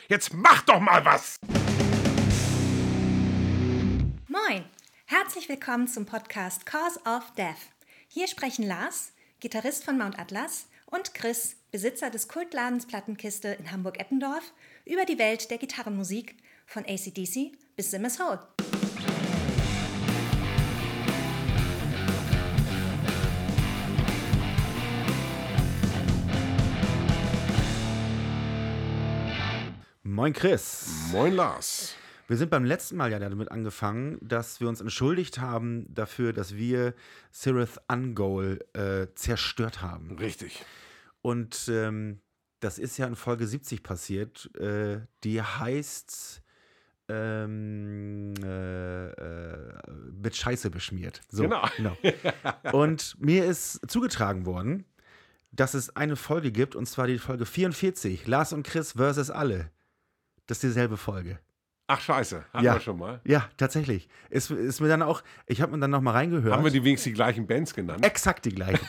Jetzt mach doch mal was! Moin, herzlich willkommen zum Podcast Cause of Death. Hier sprechen Lars, Gitarrist von Mount Atlas, und Chris, Besitzer des Kultladens Plattenkiste in Hamburg-Eppendorf, über die Welt der Gitarrenmusik von AC/DC bis Simmers Hole. Moin Chris. Moin Lars. Wir sind beim letzten Mal ja damit angefangen, dass wir uns entschuldigt haben dafür, dass wir Cirith Ungol zerstört haben. Richtig. Und das ist ja in Folge 70 passiert. Die heißt mit Scheiße beschmiert. So, genau. Und mir ist zugetragen worden, dass es eine Folge gibt, und zwar die Folge 44, Lars und Chris versus alle. Das ist dieselbe Folge. Ach scheiße, hatten wir schon mal. Ja, tatsächlich. Ist mir dann auch, ich habe mir dann nochmal reingehört. Haben wir die wenigstens die gleichen Bands genannt? Exakt die gleichen.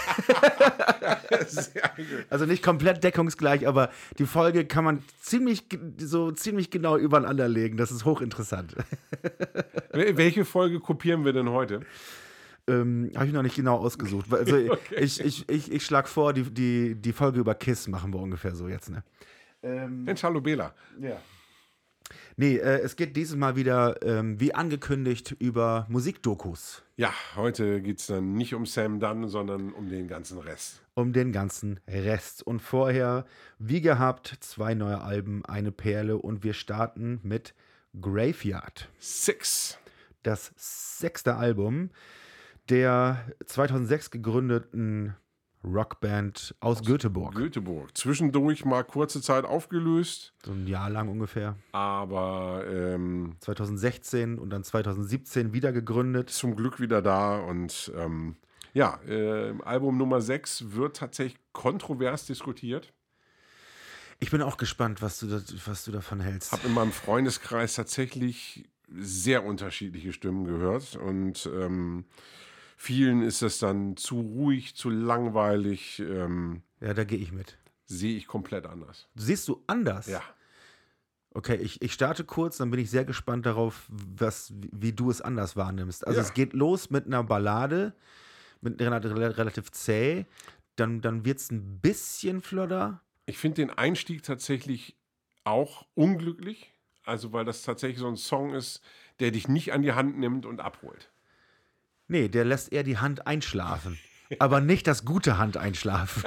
Sehr gut. Also nicht komplett deckungsgleich, aber die Folge kann man ziemlich genau übereinander legen. Das ist hochinteressant. Welche Folge kopieren wir denn heute? Habe ich noch nicht genau ausgesucht. Also Okay. ich schlage vor, die Folge über Kiss machen wir ungefähr so jetzt, ne? Mensch, hallo Bela. Ja. Nee, es geht dieses Mal wieder, wie angekündigt, über Musikdokus. Ja, heute geht es dann nicht um Sam Dunn, sondern um den ganzen Rest. Um den ganzen Rest. Und vorher, wie gehabt, 2 neue Alben, eine Perle, und wir starten mit Graveyard. 6. Das 6. Album der 2006 gegründeten Rockband aus Göteborg. Göteborg. Zwischendurch mal kurze Zeit aufgelöst, So ein Jahr lang ungefähr. aber 2016 und dann 2017 wieder gegründet. zum Glück wieder da. Und Album Nummer 6 wird tatsächlich kontrovers diskutiert. Ich bin auch gespannt, was du davon hältst. Habe in meinem Freundeskreis tatsächlich sehr unterschiedliche Stimmen gehört. Und vielen ist das dann zu ruhig, zu langweilig. Ja, da gehe ich mit. Sehe ich komplett anders. Siehst du anders? Ja. Okay, ich starte kurz, dann bin ich sehr gespannt darauf, wie du es anders wahrnimmst. Also Ja. es geht los mit einer Ballade, mit relativ zäh, dann wird es ein bisschen flotter. Ich finde den Einstieg tatsächlich auch unglücklich. Also, weil das tatsächlich so ein Song ist, der dich nicht an die Hand nimmt und abholt. Nee, der lässt eher die Hand einschlafen, aber nicht das gute Hand einschlafen.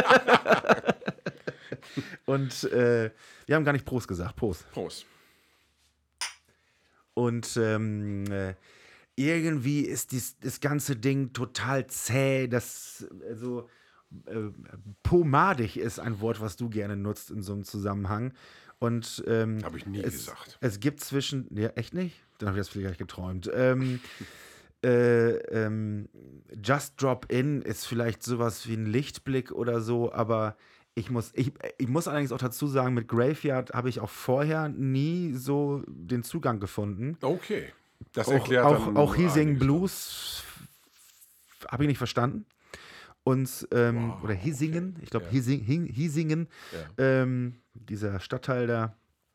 Und wir haben gar nicht Prost gesagt. Prost. Prost. Und irgendwie ist das ganze Ding total zäh. Pomadig ist ein Wort, was du gerne nutzt in so einem Zusammenhang. Und Habe ich nie gesagt. es gibt ja, echt nicht? Dann habe ich das vielleicht geträumt. Just Drop In ist vielleicht sowas wie ein Lichtblick oder so, aber ich muss allerdings auch dazu sagen, mit Graveyard habe ich auch vorher nie so den Zugang gefunden. Okay. Das Auch, erklärt dann auch Hiesing einiges. Blues habe ich nicht verstanden. Und, oder Hiesingen, ich glaube Ja. Hiesingen, Ja. dieser Stadtteil da.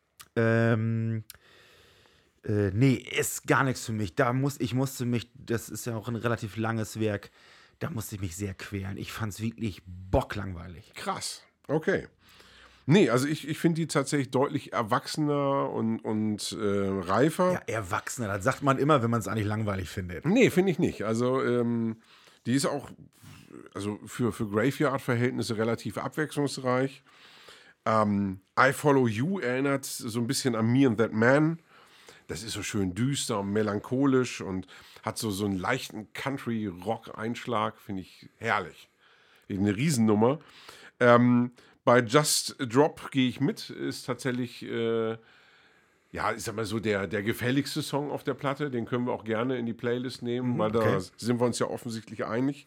Nee, ist gar nichts für mich. Das ist ja auch ein relativ langes Werk, da musste ich mich sehr quälen. Ich fand es wirklich bocklangweilig. Krass. Okay. Nee, also ich finde die tatsächlich deutlich erwachsener und reifer. Ja, Erwachsene, das sagt man immer, wenn man es eigentlich langweilig findet. Nee, finde ich nicht. Also die ist auch für Graveyard-Verhältnisse relativ abwechslungsreich. I Follow You erinnert so ein bisschen an Me and That Man. Das ist so schön düster und melancholisch und hat so einen leichten Country-Rock-Einschlag. Finde ich herrlich. Eine Riesennummer. Bei Just Drop gehe ich mit. Ist tatsächlich, ich sag mal so, der gefälligste Song auf der Platte. Den können wir auch gerne in die Playlist nehmen, weil da sind wir uns ja offensichtlich einig.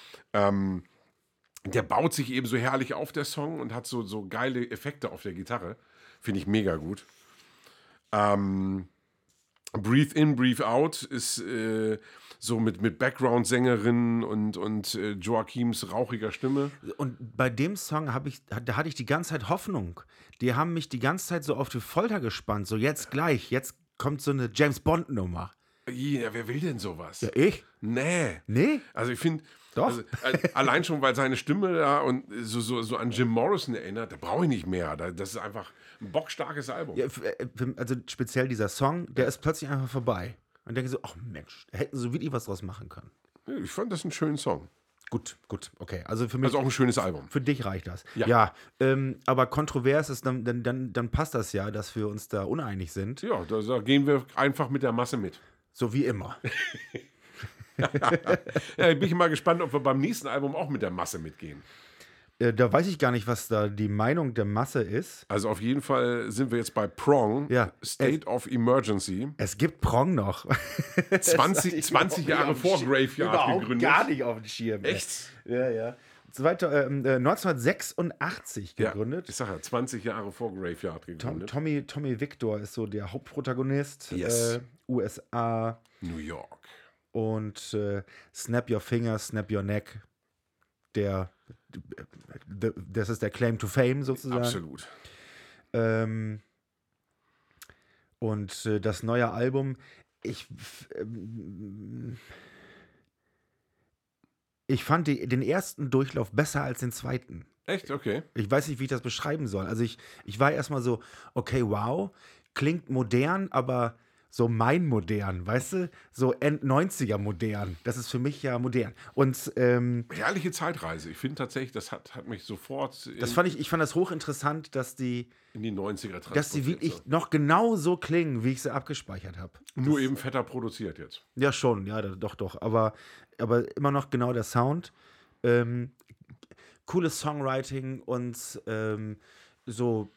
Der baut sich eben so herrlich auf, der Song, und hat so geile Effekte auf der Gitarre. Finde ich mega gut. Breathe In, Breathe Out ist so mit Background-Sängerinnen und Joachims rauchiger Stimme. Und bei dem Song da hatte ich die ganze Zeit Hoffnung. Die haben mich die ganze Zeit so auf die Folter gespannt. So jetzt kommt so eine James-Bond-Nummer. Ja, wer will denn sowas? Ja, ich? Nee. Nee? Also ich finde, Doch. also, allein schon, weil seine Stimme da und so an Jim Morrison erinnert, da brauche ich nicht mehr. Das ist einfach ein bockstarkes Album. Ja, also speziell dieser Song, der ist plötzlich einfach vorbei. Und denke so, ach Mensch, da hätten sie wirklich was draus machen können. Ich fand das einen schönen Song. Gut, okay. Also für mich. Also auch ein schönes Album. Für dich reicht das. Ja. Aber kontrovers ist, dann passt das ja, dass wir uns da uneinig sind. Ja, da gehen wir einfach mit der Masse mit. So wie immer. Ja, bin ich mal gespannt, ob wir beim nächsten Album auch mit der Masse mitgehen. Da weiß ich gar nicht, was da die Meinung der Masse ist. Also auf jeden Fall sind wir jetzt bei Prong, Ja. State of Emergency. Es gibt Prong noch. 20 Jahre vor Graveyard gegründet. Gar nicht auf dem Schirm. Echt? Ja. 1986 gegründet. Ja, ich sag ja, 20 Jahre vor Graveyard gegründet. Tommy Victor ist so der Hauptprotagonist. Yes. USA. New York. Und Snap Your Finger, Snap Your Neck. Das ist der Claim to Fame sozusagen. Absolut. Und das neue Album, ich fand den ersten Durchlauf besser als den zweiten. Echt? Okay. Ich weiß nicht, wie ich das beschreiben soll. Also ich war erstmal so, okay, wow, klingt modern, aber so mein modern, weißt du? So End-90er modern. Das ist für mich ja modern. Und herrliche Zeitreise. Ich finde tatsächlich, das hat mich sofort ich fand das hochinteressant, dass die in die 90er transportiert. Dass die wirklich noch genau so klingen, wie ich sie abgespeichert habe. Nur eben fetter produziert jetzt. Ja, schon, ja, doch. Aber immer noch genau der Sound. Cooles Songwriting und so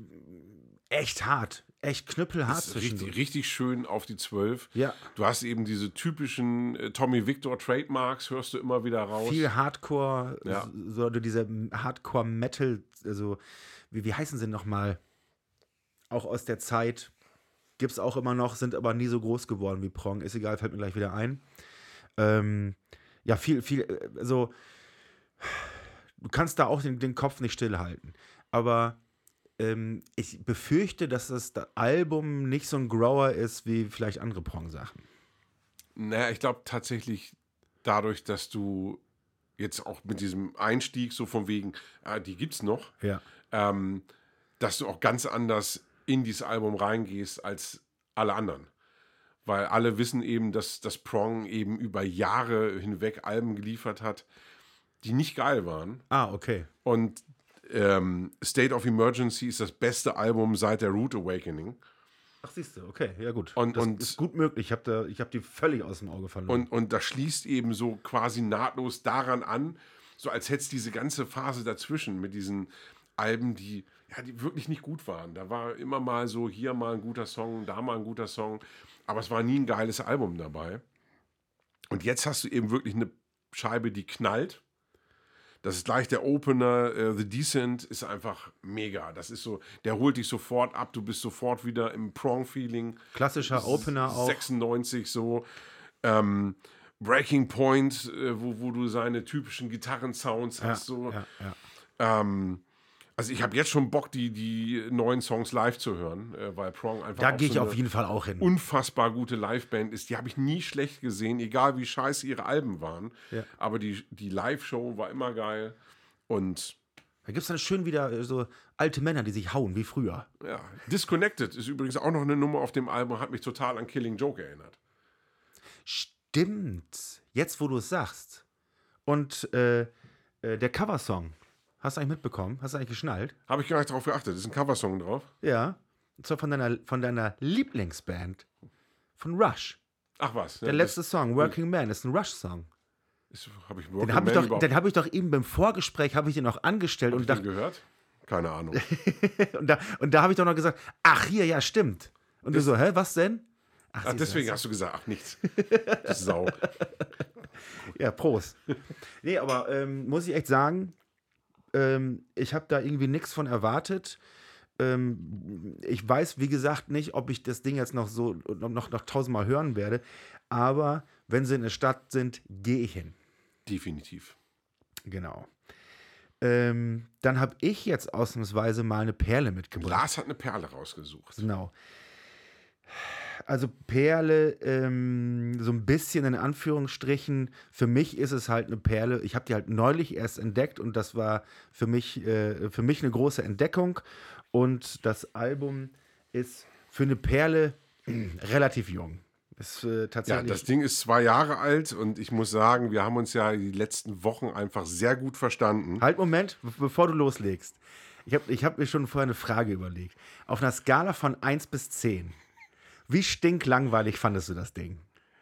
echt hart. Echt knüppelhart zwischendurch. Richtig schön auf die 12. Ja. Du hast eben diese typischen Tommy Victor Trademarks, hörst du immer wieder raus. Viel Hardcore, Ja. so diese Hardcore-Metal, also wie heißen sie nochmal? Auch aus der Zeit. Gibt es auch immer noch, sind aber nie so groß geworden wie Prong. Ist egal, fällt mir gleich wieder ein. Ja, viel, also du kannst da auch den Kopf nicht stillhalten. Aber ich befürchte, dass das Album nicht so ein Grower ist wie vielleicht andere Prong-Sachen. Naja, ich glaube tatsächlich dadurch, dass du jetzt auch mit diesem Einstieg so von wegen, die gibt's noch, Ja. dass du auch ganz anders in dieses Album reingehst als alle anderen. Weil alle wissen eben, dass das Prong eben über Jahre hinweg Alben geliefert hat, die nicht geil waren. Ah, okay. Und State of Emergency ist das beste Album seit der Rude Awakening. Ach, siehst du, okay, ja gut. Und ist gut möglich. Ich hab die völlig aus dem Auge verloren. Und das schließt eben so quasi nahtlos daran an, so als hätte es diese ganze Phase dazwischen mit diesen Alben, die wirklich nicht gut waren. Da war immer mal so, hier mal ein guter Song, da mal ein guter Song, aber es war nie ein geiles Album dabei. Und jetzt hast du eben wirklich eine Scheibe, die knallt. Das ist gleich der Opener, The Descent ist einfach mega. Das ist so, der holt dich sofort ab, du bist sofort wieder im Prong-Feeling. Klassischer Opener auch. 96 so. Breaking Point, wo du seine typischen Gitarrensounds hast. So. Ja. Also ich habe jetzt schon Bock, die neuen Songs live zu hören, weil Prong einfach Da auch gehe ich so auf eine jeden Fall auch hin. unfassbar gute Liveband ist. Die habe ich nie schlecht gesehen, egal wie scheiße ihre Alben waren. Ja. Aber die Live-Show war immer geil. Und Da gibt es dann schön wieder so alte Männer, die sich hauen, wie früher. ja, Disconnected ist übrigens auch noch eine Nummer auf dem Album, hat mich total an Killing Joke erinnert. Stimmt. Jetzt, wo du es sagst. Und der Coversong. Hast du eigentlich mitbekommen? Hast du eigentlich geschnallt? Habe ich gar nicht drauf geachtet. Ist ein Coversong drauf? Ja. Und zwar von deiner Lieblingsband. Von Rush. Ach was. Der letzte Song, Working Man, ist ein Rush-Song. Habe ich Den habe ich doch eben beim Vorgespräch noch angestellt und dachte, gehört? Keine Ahnung. und da habe ich doch noch gesagt, ach hier, ja, stimmt. Und du so, hä, was denn? Ach, deswegen hast du gesagt, ach nichts. Das ist Sau. Ja, Prost. Nee, aber muss ich echt sagen, ich habe da irgendwie nichts von erwartet. Ich weiß, wie gesagt, nicht, ob ich das Ding jetzt noch noch 1000-mal hören werde. Aber wenn sie in der Stadt sind, gehe ich hin. Definitiv. Genau. Dann habe ich jetzt ausnahmsweise mal eine Perle mitgebracht. Lars hat eine Perle rausgesucht. Genau. Also Perle, so ein bisschen in Anführungsstrichen. Für mich ist es halt eine Perle. Ich habe die halt neulich erst entdeckt und das war für mich eine große Entdeckung. Und das Album ist für eine Perle relativ jung. Ist tatsächlich. Ja, das Ding ist 2 Jahre alt und ich muss sagen, wir haben uns ja die letzten Wochen einfach sehr gut verstanden. Halt, Moment, bevor du loslegst. Ich hab mir schon vorher eine Frage überlegt. Auf einer Skala von 1 bis 10, wie stinklangweilig fandest du das Ding?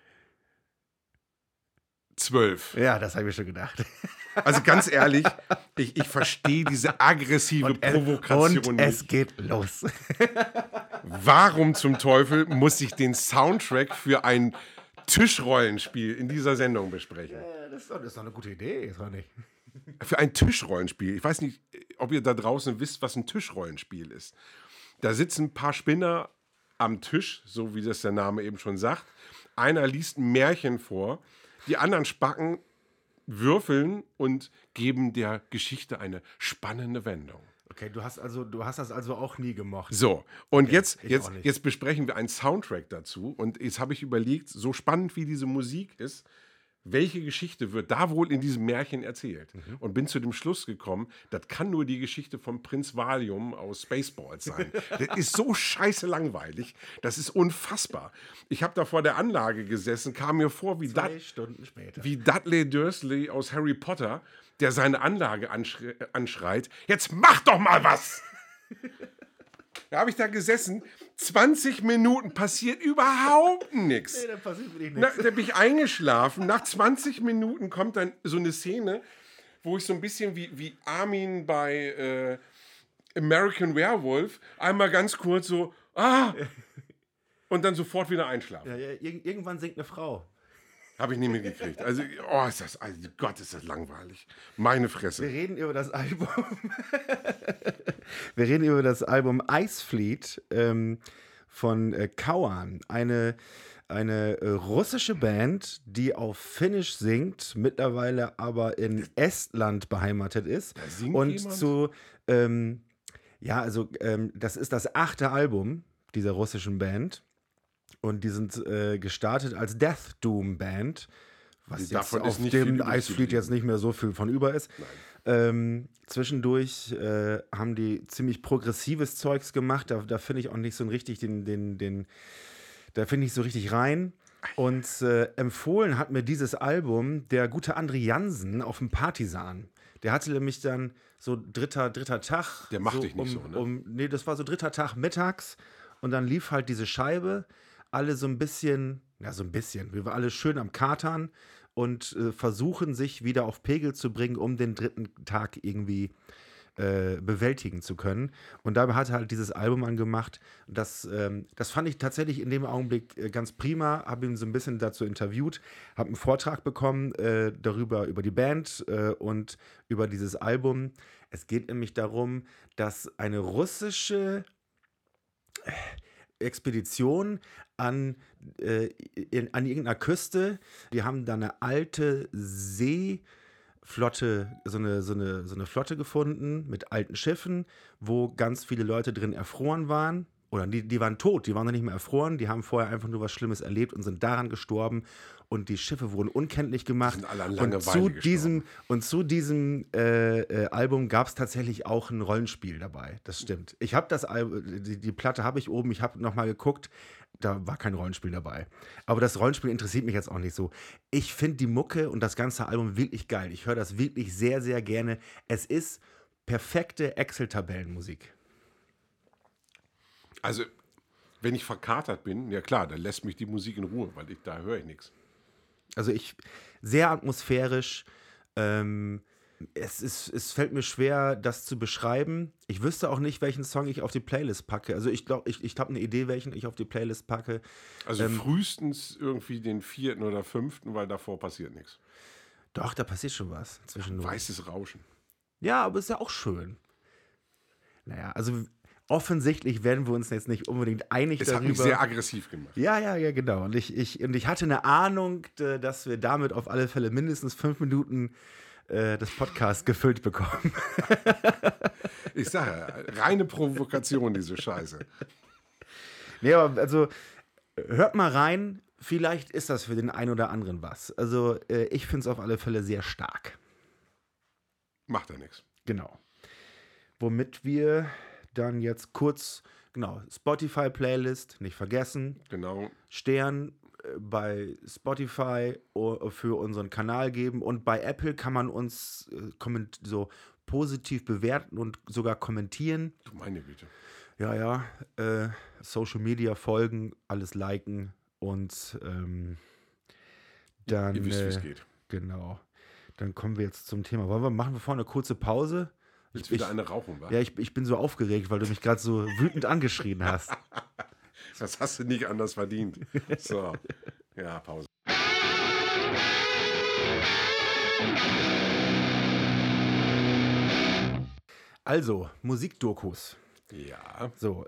12. Ja, das habe ich mir schon gedacht. Also ganz ehrlich, ich verstehe diese aggressive Provokation und es geht los. Warum zum Teufel muss ich den Soundtrack für ein Tischrollenspiel in dieser Sendung besprechen? Das ist doch eine gute Idee, ist doch nicht. Für ein Tischrollenspiel. Ich weiß nicht, ob ihr da draußen wisst, was ein Tischrollenspiel ist. Da sitzen ein paar Spinner am Tisch, so wie das der Name eben schon sagt. Einer liest ein Märchen vor, die anderen Spacken würfeln und geben der Geschichte eine spannende Wendung. Okay, du hast das also auch nie gemocht. So, und Okay, jetzt besprechen wir einen Soundtrack dazu. Und jetzt habe ich überlegt, so spannend wie diese Musik ist, welche Geschichte wird da wohl in diesem Märchen erzählt? Und bin zu dem Schluss gekommen, das kann nur die Geschichte vom Prinz Valium aus Spaceballs sein. Das ist so scheiße langweilig, das ist unfassbar. Ich habe da vor der Anlage gesessen, kam mir vor wie 2 Stunden später. wie Dudley Dursley aus Harry Potter, der seine Anlage anschreit, jetzt mach doch mal was! Da habe ich da gesessen, 20 Minuten passiert überhaupt nichts. Nee, da passiert wirklich nichts. Da bin ich eingeschlafen. Nach 20 Minuten kommt dann so eine Szene, wo ich so ein bisschen wie Armin bei American Werewolf einmal ganz kurz so, und dann sofort wieder einschlafen. Ja, irgendwann singt eine Frau. Habe ich nie mitgekriegt. Also, Gott, ist das langweilig. Meine Fresse. Wir reden über das Album. Wir reden über das Album Ice Fleet von Kauan. Eine russische Band, die auf Finnisch singt, mittlerweile aber in Estland beheimatet ist. Da singt und jemand? Das ist das 8. Album dieser russischen Band. Und die sind gestartet als Death Doom Band, was Davon jetzt ist auf nicht dem viel Ice Fleet jetzt nicht mehr so viel von über ist. Zwischendurch haben die ziemlich progressives Zeugs gemacht. Da finde ich auch nicht so richtig da finde ich so richtig rein. Und empfohlen hat mir dieses Album der gute André Jansen auf dem Partisan. Der hatte nämlich dann so dritter Tag. Der macht dich nicht so, ne? Nee, das war so 3. Tag mittags. Und dann lief halt diese Scheibe. Alle so ein bisschen. Wir waren alle schön am Katern und versuchen sich wieder auf Pegel zu bringen, um den 3. Tag irgendwie bewältigen zu können. Und dabei hat er halt dieses Album angemacht. Das fand ich tatsächlich in dem Augenblick ganz prima. Habe ihn so ein bisschen dazu interviewt, habe einen Vortrag bekommen über die Band und über dieses Album. Es geht nämlich darum, dass eine russische Expedition an irgendeiner Küste, die haben da eine alte Seeflotte, so eine Flotte gefunden mit alten Schiffen, wo ganz viele Leute drin erfroren waren. Oder die waren tot, die waren noch nicht mehr erfroren, die haben vorher einfach nur was Schlimmes erlebt und sind daran gestorben. Und die Schiffe wurden unkenntlich gemacht. Sind alle an Und zu diesem Album gab es tatsächlich auch ein Rollenspiel dabei. Das stimmt. Ich habe die Platte habe ich oben, ich habe nochmal geguckt, da war kein Rollenspiel dabei. Aber das Rollenspiel interessiert mich jetzt auch nicht so. Ich finde die Mucke und das ganze Album wirklich geil. Ich höre das wirklich sehr, sehr gerne. Es ist perfekte Excel-Tabellenmusik. Also, wenn ich verkatert bin, ja klar, dann lässt mich die Musik in Ruhe, weil da höre ich nichts. Also sehr atmosphärisch. Es fällt mir schwer, das zu beschreiben. Ich wüsste auch nicht, welchen Song ich auf die Playlist packe. Also ich glaube, ich habe eine Idee, welchen ich auf die Playlist packe. Also frühestens irgendwie den 4. oder 5., weil davor passiert nichts. Doch, da passiert schon was zwischendurch. Weißes Rauschen. Ja, aber ist ja auch schön. Naja, also offensichtlich werden wir uns jetzt nicht unbedingt einig darüber. Es hat mich sehr aggressiv gemacht. Ja, genau. Und ich hatte eine Ahnung, dass wir damit auf alle Fälle mindestens 5 Minuten des Podcasts gefüllt bekommen. Ich sage, reine Provokation, diese Scheiße. Nee, aber also hört mal rein, vielleicht ist das für den einen oder anderen was. Also ich finde es auf alle Fälle sehr stark. Macht ja nichts. Genau. Womit wir dann jetzt kurz, genau, Spotify-Playlist, nicht vergessen. Genau. Stern bei Spotify für unseren Kanal geben und bei Apple kann man uns so positiv bewerten und sogar kommentieren. Du meine Güte. Ja, Social Media folgen, alles liken und dann. Ihr wisst, wie es geht. Genau. Dann kommen wir jetzt zum Thema. Machen wir vorne eine kurze Pause? Willst wieder eine rauchen, wa? Ja, ich bin so aufgeregt, weil du mich gerade so wütend angeschrien hast. Das hast du nicht anders verdient. So, ja, Pause. Also, Musikdokus. Ja. So,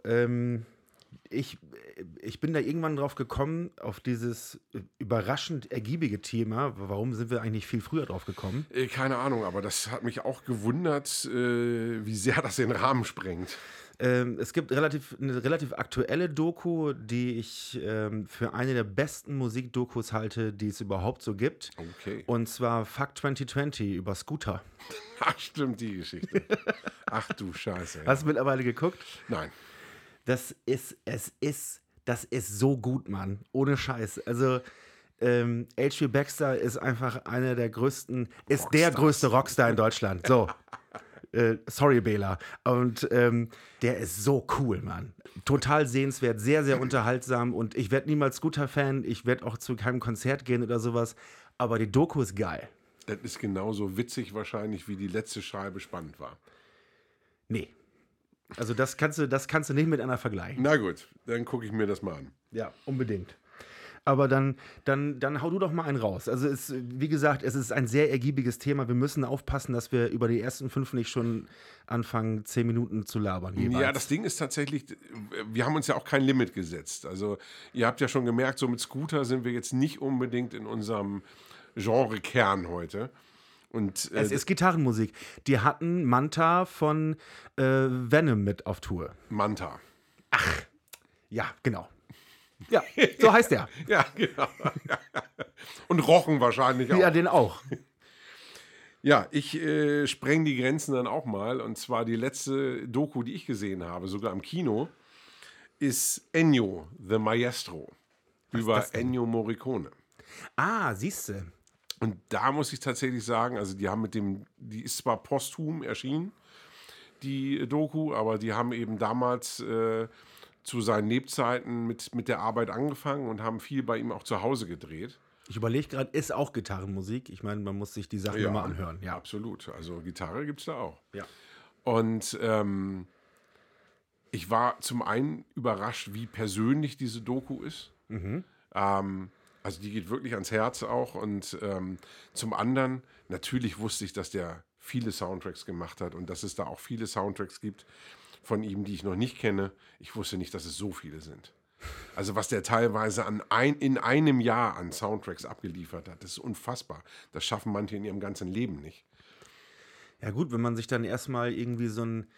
ich bin da irgendwann drauf gekommen, auf dieses überraschend ergiebige Thema. Warum sind wir eigentlich viel früher drauf gekommen? Keine Ahnung, aber das hat mich auch gewundert, wie sehr das den Rahmen sprengt. Es gibt eine relativ aktuelle Doku, die ich für eine der besten Musikdokus halte, die es überhaupt so gibt. Okay. Und zwar Fuck 2020 über Scooter. Ach, stimmt, die Geschichte. Ach du Scheiße. Hast du mittlerweile geguckt? Nein. Das ist so gut, Mann. Ohne Scheiß. Also, H.P. Baxter ist einfach einer der größten, ist der größte Rockstar in Deutschland. So. Sorry, Bela. Und der ist so cool, Mann. Total sehenswert, sehr, sehr unterhaltsam. Und ich werde niemals Scooter-Fan. Ich werde auch zu keinem Konzert gehen oder sowas. Aber die Doku ist geil. Das ist genauso witzig wahrscheinlich, wie die letzte Scheibe spannend war. Nee. Also das kannst du nicht mit einer vergleichen. Na gut, dann gucke ich mir das mal an. Ja, unbedingt. Aber dann hau du doch mal einen raus. Also wie gesagt, es ist ein sehr ergiebiges Thema. Wir müssen aufpassen, dass wir über die ersten 5 nicht schon anfangen, 10 Minuten zu labern. Jeweils. Ja, das Ding ist tatsächlich, wir haben uns ja auch kein Limit gesetzt. Also ihr habt ja schon gemerkt, so mit Scooter sind wir jetzt nicht unbedingt in unserem Genre-Kern heute. Und, es ist Gitarrenmusik. Die hatten Manta von Venom mit auf Tour. Manta. Ach, ja, genau. Ja, so heißt der. Ja, genau. Und Rochen wahrscheinlich auch. Ja, den auch. Ja, ich spreng die Grenzen dann auch mal. Und zwar die letzte Doku, die ich gesehen habe, sogar im Kino, ist Ennio, The Maestro. Über Ennio Morricone. Ah, siehste. Und da muss ich tatsächlich sagen, also die ist zwar posthum erschienen, die Doku, aber die haben eben damals zu seinen Lebzeiten mit der Arbeit angefangen und haben viel bei ihm auch zu Hause gedreht. Ich überlege gerade, ist auch Gitarrenmusik? Ich meine, man muss sich die Sachen immer anhören. Ja, absolut. Also Gitarre gibt es da auch. Ja. Und ich war zum einen überrascht, wie persönlich diese Doku ist. Mhm. Also die geht wirklich ans Herz auch. Und zum anderen, natürlich wusste ich, dass der viele Soundtracks gemacht hat und dass es da auch viele Soundtracks gibt von ihm, die ich noch nicht kenne. Ich wusste nicht, dass es so viele sind. Also was der teilweise in einem Jahr an Soundtracks abgeliefert hat, das ist unfassbar. Das schaffen manche in ihrem ganzen Leben nicht. Ja gut, wenn man sich dann erstmal irgendwie so ein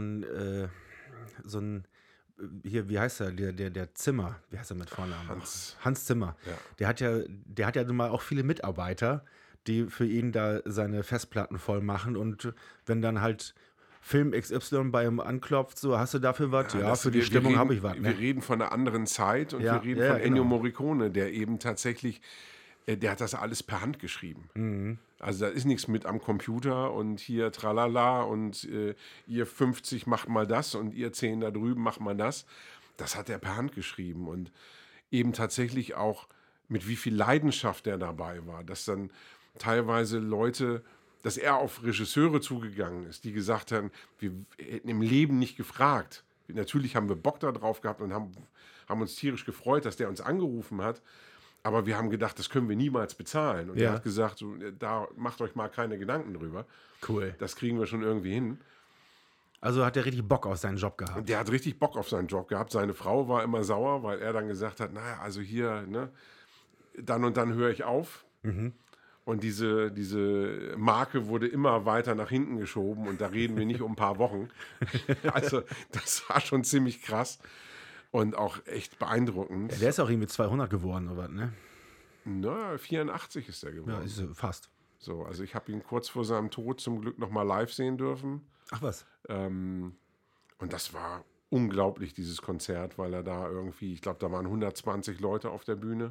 hier, wie heißt er, der Zimmer, wie heißt er mit Vornamen? Hans Zimmer. Ja. Der hat ja nun mal auch viele Mitarbeiter, die für ihn da seine Festplatten voll machen und wenn dann halt Film XY bei ihm anklopft, so, hast du dafür was? Ja, für die Stimmung habe ich was. Ne? Wir reden von einer anderen Zeit und wir reden von Ennio Morricone, der eben tatsächlich, der hat das alles per Hand geschrieben. Mhm. Also da ist nichts mit am Computer und hier tralala und ihr 50 macht mal das und ihr 10 da drüben macht mal das. Das hat er per Hand geschrieben und eben tatsächlich auch mit wie viel Leidenschaft er dabei war, dass dann teilweise Leute, dass er auf Regisseure zugegangen ist, die gesagt haben, wir hätten im Leben nicht gefragt. Natürlich haben wir Bock da drauf gehabt und haben uns tierisch gefreut, dass der uns angerufen hat. Aber wir haben gedacht, das können wir niemals bezahlen. Und er hat gesagt, so, da macht euch mal keine Gedanken drüber. Cool. Das kriegen wir schon irgendwie hin. Also hat er richtig Bock auf seinen Job gehabt. Der hat richtig Bock auf seinen Job gehabt. Seine Frau war immer sauer, weil er dann gesagt hat, naja, also hier, ne, dann und dann höre ich auf. Und diese Marke wurde immer weiter nach hinten geschoben und da reden wir nicht um ein paar Wochen. Also das war schon ziemlich krass und auch echt beeindruckend. Ja, der ist auch irgendwie 200 geworden, oder was, ne? Na, 84 ist er geworden. Ja, ist fast. So, also ich habe ihn kurz vor seinem Tod zum Glück noch mal live sehen dürfen. Ach was. Und das war unglaublich, dieses Konzert, weil er da irgendwie, ich glaube, da waren 120 Leute auf der Bühne.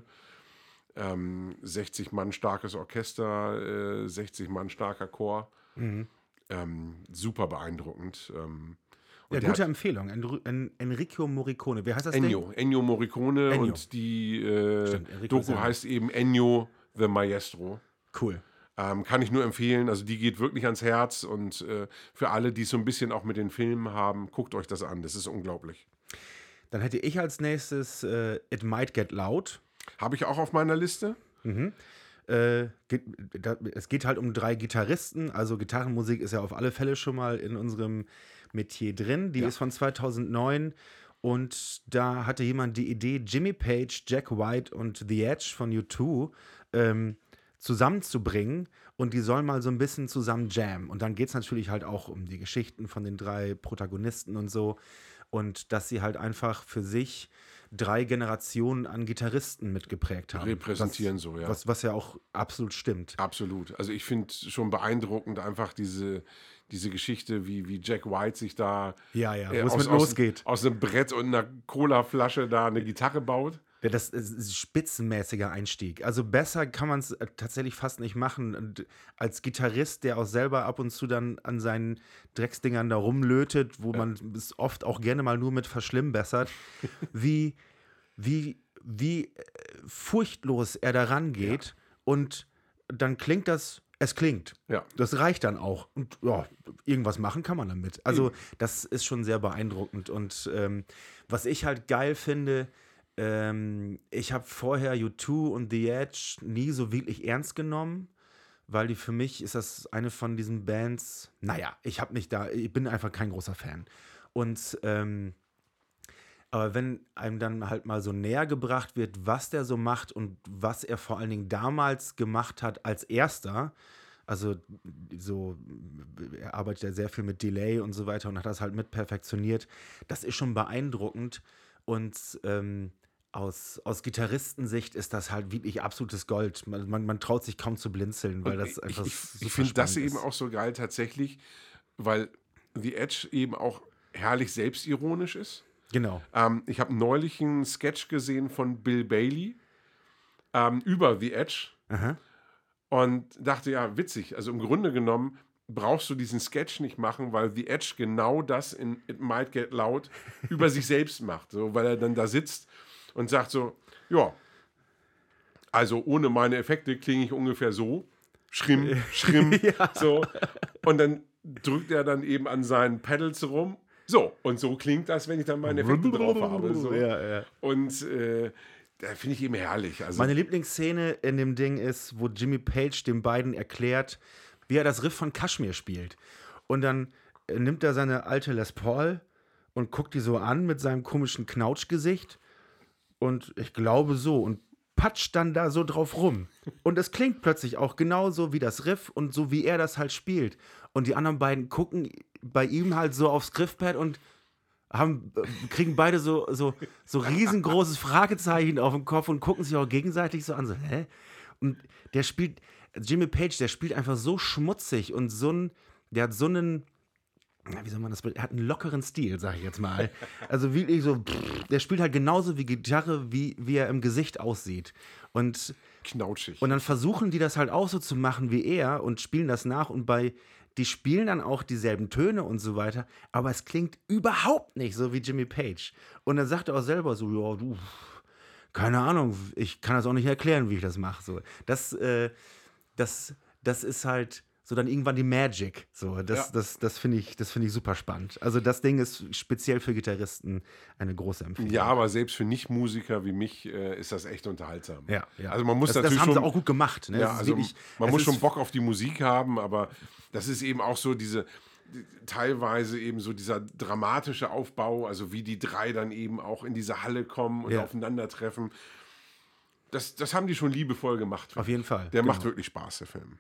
60 Mann starkes Orchester, 60 Mann starker Chor. Super beeindruckend. Ja, gute Empfehlung. Enrico Morricone. Wer heißt das Ennio. Ennio Morricone. Ennio. Und die Doku heißt eben Ennio the Maestro. Cool. Kann ich nur empfehlen. Also die geht wirklich ans Herz. Und für alle, die es so ein bisschen auch mit den Filmen haben, guckt euch das an. Das ist unglaublich. Dann hätte ich als nächstes It Might Get Loud. Habe ich auch auf meiner Liste. Es geht halt um 3 Gitarristen. Also Gitarrenmusik ist ja auf alle Fälle schon mal in unserem Metier drin. Die ist von 2009. Und da hatte jemand die Idee, Jimmy Page, Jack White und The Edge von U2 zusammenzubringen. Und die sollen mal so ein bisschen zusammen jammen. Und dann geht es natürlich halt auch um die Geschichten von den 3 Protagonisten und so. Und dass sie halt einfach für sich 3 Generationen an Gitarristen mitgeprägt haben. Repräsentieren so, ja. Was ja auch absolut stimmt. Absolut. Also ich finde schon beeindruckend einfach diese Geschichte, wie Jack White sich da wo es mit losgeht. Aus einem Brett und einer Colaflasche da eine Gitarre baut. Ja, das ist ein spitzenmäßiger Einstieg. Also besser kann man es tatsächlich fast nicht machen. Und als Gitarrist, der auch selber ab und zu dann an seinen Drecksdingern da rumlötet, wo man es oft auch gerne mal nur mit verschlimmbessert, wie furchtlos er da rangeht. Und dann klingt das, es klingt. Ja. Das reicht dann auch. Und ja, irgendwas machen kann man damit. Also das ist schon sehr beeindruckend. Und was ich halt geil finde, ich habe vorher U2 und The Edge nie so wirklich ernst genommen, weil für mich ist das eine von diesen Bands, ich bin einfach kein großer Fan. Und aber wenn einem dann halt mal so näher gebracht wird, was der so macht und was er vor allen Dingen damals gemacht hat als erster, also so, er arbeitet ja sehr viel mit Delay und so weiter und hat das halt mit perfektioniert, das ist schon beeindruckend und aus Gitarristensicht ist das halt wirklich absolutes Gold. Man traut sich kaum zu blinzeln, weil das einfach ich finde das eben auch so geil tatsächlich, weil The Edge eben auch herrlich selbstironisch ist. Genau. Ich habe neulich einen Sketch gesehen von Bill Bailey über The Edge und dachte, ja, witzig. Also im Grunde genommen brauchst du diesen Sketch nicht machen, weil The Edge genau das in It Might Get Loud über sich selbst macht. So, weil er dann da sitzt und sagt so, ja, also ohne meine Effekte klinge ich ungefähr so. Schrimm, Ja. so. Und dann drückt er dann eben an seinen Pedals rum. So, und so klingt das, wenn ich dann meine Effekte drauf habe. So. Ja. Und da finde ich eben herrlich. Also, Meine Lieblingsszene in dem Ding ist, wo Jimmy Page den beiden erklärt, wie er das Riff von Kashmir spielt. Und dann nimmt er seine alte Les Paul und guckt die so an mit seinem komischen Knautschgesicht. Und ich glaube so. Und patscht dann da so drauf rum. Und es klingt plötzlich auch genauso wie das Riff und so wie er das halt spielt. Und die anderen beiden gucken bei ihm halt so aufs Griffpad und kriegen beide so riesengroßes Fragezeichen auf dem Kopf und gucken sich auch gegenseitig so an. So, hä? Und Jimmy Page, der spielt einfach so schmutzig und der hat so einen, wie soll man das, er hat einen lockeren Stil, sag ich jetzt mal. Also wirklich so, der spielt halt genauso wie Gitarre, wie er im Gesicht aussieht. Und knautschig. Und dann versuchen die das halt auch so zu machen wie er und spielen das nach und die spielen dann auch dieselben Töne und so weiter, aber es klingt überhaupt nicht so wie Jimmy Page. Und dann sagt er auch selber so, ja, du, keine Ahnung, ich kann das auch nicht erklären, wie ich das mache. So. Das ist halt so dann irgendwann die Magic. So, das finde ich super spannend. Also das Ding ist speziell für Gitarristen eine große Empfehlung. Ja, aber selbst für Nicht-Musiker wie mich ist das echt unterhaltsam. Ja. Also man muss das natürlich haben schon, sie auch gut gemacht. Ne? Ja, also man muss schon Bock auf die Musik haben, aber das ist eben auch so teilweise eben so dieser dramatische Aufbau, also wie die drei dann eben auch in diese Halle kommen und aufeinandertreffen. Das haben die schon liebevoll gemacht. Auf jeden Fall. Der macht wirklich Spaß, der Film.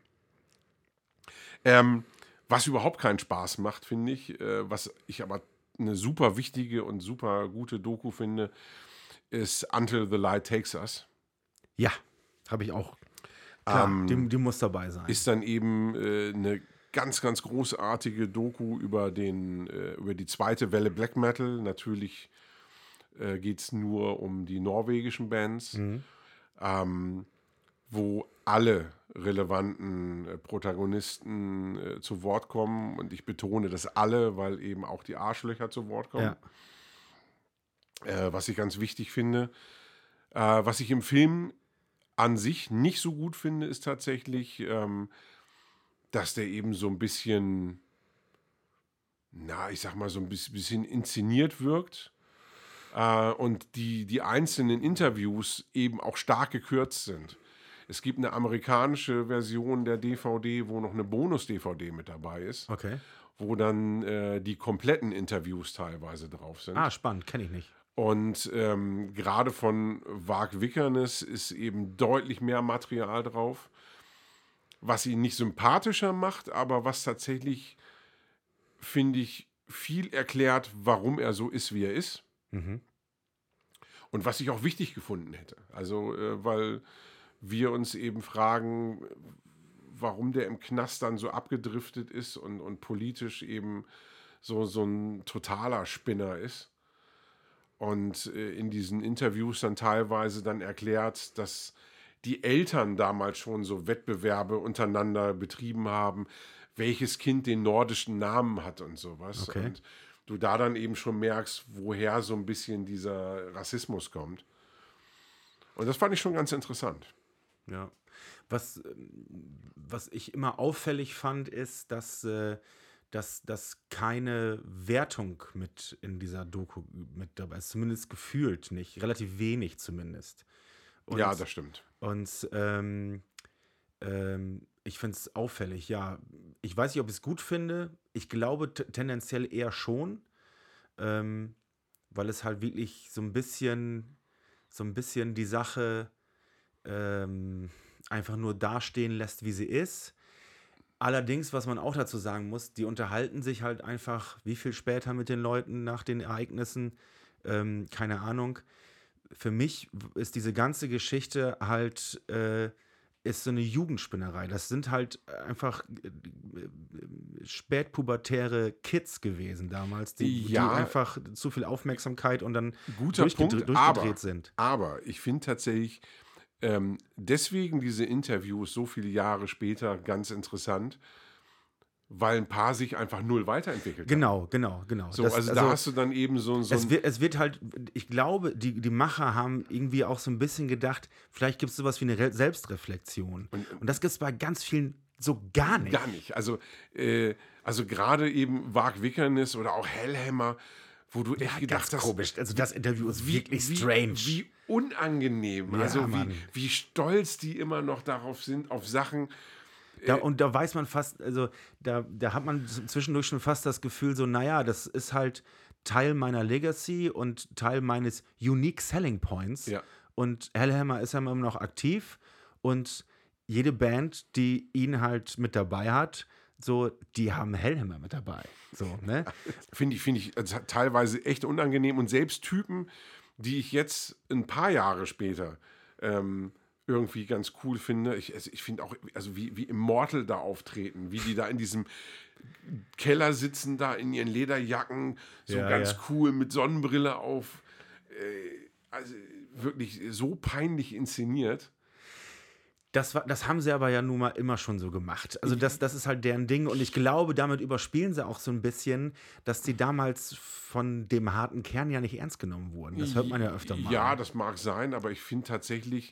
Was überhaupt keinen Spaß macht, finde ich, was ich aber eine super wichtige und super gute Doku finde, ist Until the Light Takes Us. Ja, habe ich auch. Klar, die muss dabei sein. Ist dann eben eine ganz, ganz großartige Doku über die zweite Welle Black Metal. Natürlich geht es nur um die norwegischen Bands, wo alle relevanten Protagonisten zu Wort kommen. Und ich betone das alle, weil eben auch die Arschlöcher zu Wort kommen. Ja. Was ich ganz wichtig finde. Was ich im Film an sich nicht so gut finde, ist tatsächlich, dass der eben so ein bisschen, ich sag mal, so ein bisschen inszeniert wirkt. Und die einzelnen Interviews eben auch stark gekürzt sind. Es gibt eine amerikanische Version der DVD, wo noch eine Bonus-DVD mit dabei ist. Okay. Wo dann die kompletten Interviews teilweise drauf sind. Ah, spannend, kenne ich nicht. Und gerade von Varg Vikernes ist eben deutlich mehr Material drauf, was ihn nicht sympathischer macht, aber was tatsächlich, finde ich, viel erklärt, warum er so ist, wie er ist. Mhm. Und was ich auch wichtig gefunden hätte. Also, weil wir uns eben fragen, warum der im Knast dann so abgedriftet ist und politisch eben so ein totaler Spinner ist. Und in diesen Interviews dann teilweise dann erklärt, dass die Eltern damals schon so Wettbewerbe untereinander betrieben haben, welches Kind den nordischen Namen hat und sowas. Okay. Und du da dann eben schon merkst, woher so ein bisschen dieser Rassismus kommt. Und das fand ich schon ganz interessant. Ja. Was ich immer auffällig fand, ist, dass keine Wertung mit in dieser Doku mit dabei ist. Zumindest gefühlt nicht. Relativ wenig zumindest. Und, ja, das stimmt. Und ich finde es auffällig, ja. Ich weiß nicht, ob ich es gut finde. Ich glaube tendenziell eher schon, weil es halt wirklich so ein bisschen die Sache einfach nur dastehen lässt, wie sie ist. Allerdings, was man auch dazu sagen muss, die unterhalten sich halt einfach, wie viel später mit den Leuten nach den Ereignissen, keine Ahnung. Für mich ist diese ganze Geschichte halt ist so eine Jugendspinnerei. Das sind halt einfach spätpubertäre Kids gewesen damals, die einfach zu viel Aufmerksamkeit und dann durchgedreht sind. Aber ich finde tatsächlich deswegen diese Interviews so viele Jahre später ganz interessant, weil ein paar sich einfach null weiterentwickelt haben. Genau. So, also da hast du dann eben so es wird halt, ich glaube, die Macher haben irgendwie auch so ein bisschen gedacht, vielleicht gibt es sowas wie eine Selbstreflexion. Und das gibt es bei ganz vielen so gar nicht. Gar nicht. Also gerade eben Varg Vikernes oder auch Hellhammer, wo du echt gedacht hast, komisch. Also das Interview ist wirklich strange. Wie unangenehm. Ja, also wie stolz die immer noch darauf sind, auf Sachen. Und da weiß man fast, also da hat man zwischendurch schon fast das Gefühl so, naja, das ist halt Teil meiner Legacy und Teil meines Unique Selling Points. Ja. Und Hellhammer ist ja immer noch aktiv und jede Band, die ihn halt mit dabei hat, so, die haben Hellhammer mit dabei. So, ne? Finde ich also teilweise echt unangenehm. Und selbst Typen, die ich jetzt ein paar Jahre später irgendwie ganz cool finde. Ich finde auch, also wie Immortal da auftreten, wie die da in diesem Keller sitzen, da in ihren Lederjacken, so ganz cool mit Sonnenbrille auf. Also wirklich so peinlich inszeniert. Das haben sie aber ja nun mal immer schon so gemacht. Also das ist halt deren Ding. Und ich glaube, damit überspielen sie auch so ein bisschen, dass die damals von dem harten Kern ja nicht ernst genommen wurden. Das hört man ja öfter mal. Ja, das mag sein, aber ich finde tatsächlich,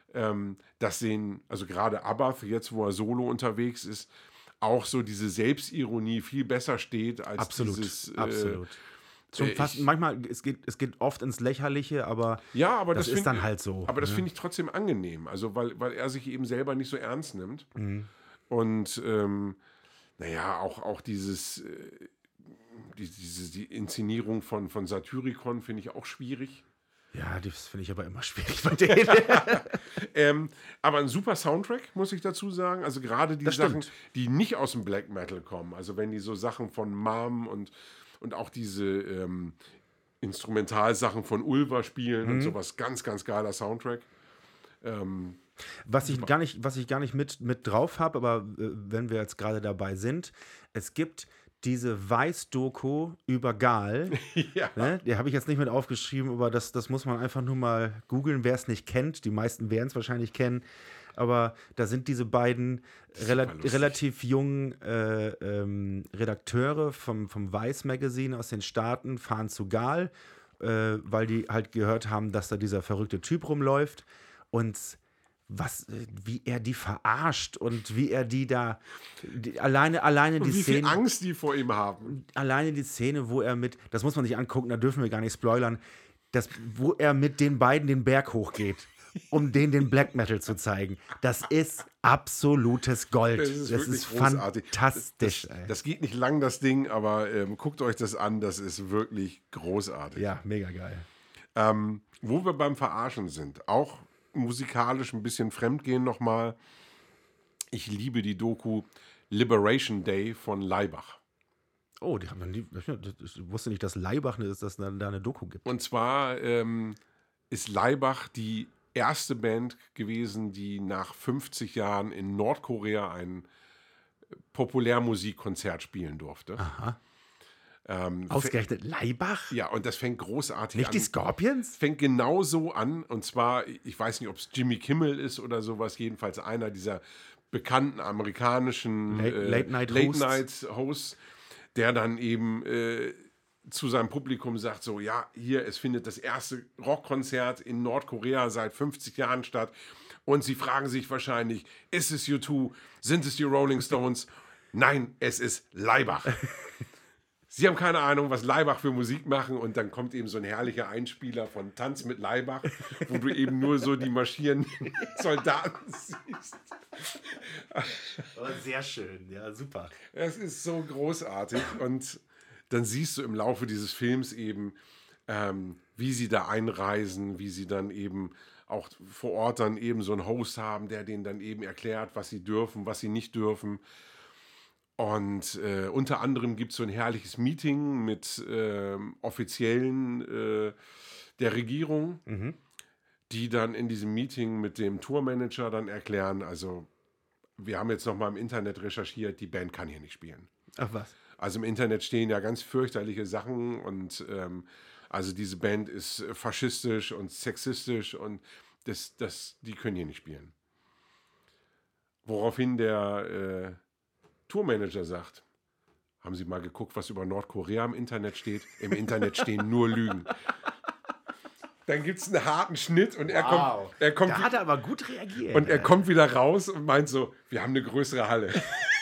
dass also gerade Abath, jetzt wo er solo unterwegs ist, auch so diese Selbstironie viel besser steht als dieses... Absolut. Manchmal, es geht oft ins Lächerliche, aber das ist dann halt so. Aber das finde ich trotzdem angenehm, also weil er sich eben selber nicht so ernst nimmt. Mhm. Und naja, auch dieses, die Inszenierung von Satyricon finde ich auch schwierig. Ja, das finde ich aber immer schwierig bei denen. Aber ein super Soundtrack, muss ich dazu sagen. Also gerade die Das Sachen, stimmt. die nicht aus dem Black Metal kommen. Also wenn die so Sachen von Mom und auch diese Instrumentalsachen von Ulver spielen und sowas, ganz, ganz geiler Soundtrack. Was ich gar nicht mit drauf habe, aber wenn wir jetzt gerade dabei sind, es gibt diese Weiß-Doku über Gal. Ja. Ne? Die habe ich jetzt nicht mit aufgeschrieben, aber das muss man einfach nur mal googeln, wer es nicht kennt. Die meisten werden es wahrscheinlich kennen. Aber da sind diese beiden relativ jungen Redakteure vom Vice Magazine aus den Staaten, fahren zu Gal, weil die halt gehört haben, dass da dieser verrückte Typ rumläuft. Und wie er die verarscht und wie er alleine die Wie viel Szene, Angst die vor ihm haben. alleine die Szene, wo er das muss man sich angucken, da dürfen wir gar nicht spoilern, wo er mit den beiden den Berg hochgeht, um denen den Black Metal zu zeigen. Das ist absolutes Gold. Das ist wirklich großartig. Fantastisch. Das geht nicht lang, das Ding, aber guckt euch das an, das ist wirklich großartig. Ja, mega geil. Wo wir beim Verarschen sind, auch musikalisch ein bisschen fremdgehen nochmal. Ich liebe die Doku Liberation Day von Laibach. Oh, ich wusste nicht, dass Laibach ist, dass da eine Doku gibt. Und zwar ist Laibach die erste Band gewesen, die nach 50 Jahren in Nordkorea ein Populärmusikkonzert spielen durfte. Aha. Ausgerechnet Laibach? Ja, und das fängt großartig Nicht an. die Scorpions? Fängt genau so an, und zwar, ich weiß nicht, ob es Jimmy Kimmel ist oder sowas, jedenfalls einer dieser bekannten amerikanischen Late-Night-Hosts, der dann eben zu seinem Publikum sagt, so, ja, hier, es findet das erste Rockkonzert in Nordkorea seit 50 Jahren statt, und sie fragen sich wahrscheinlich, ist es U2, sind es die Rolling Stones? Nein, es ist Laibach. Sie haben keine Ahnung, was Laibach für Musik machen, und dann kommt eben so ein herrlicher Einspieler von Tanz mit Laibach, wo du eben nur so die marschierenden Soldaten siehst. Oh, sehr schön, ja, super. Es ist so großartig, und dann siehst du im Laufe dieses Films eben, wie sie da einreisen, wie sie dann eben auch vor Ort dann eben so einen Host haben, der denen dann eben erklärt, was sie dürfen, was sie nicht dürfen. Und unter anderem gibt es so ein herrliches Meeting mit Offiziellen der Regierung, die dann in diesem Meeting mit dem Tourmanager dann erklären, also wir haben jetzt nochmal im Internet recherchiert, die Band kann hier nicht spielen. Ach was? Also im Internet stehen ja ganz fürchterliche Sachen, und also diese Band ist faschistisch und sexistisch, und die können hier nicht spielen. Woraufhin der Tourmanager sagt, haben Sie mal geguckt, was über Nordkorea im Internet steht? Im Internet stehen nur Lügen. Dann gibt es einen harten Schnitt, und er kommt. Da hat er aber gut reagiert. Und er kommt wieder raus und meint so, wir haben eine größere Halle.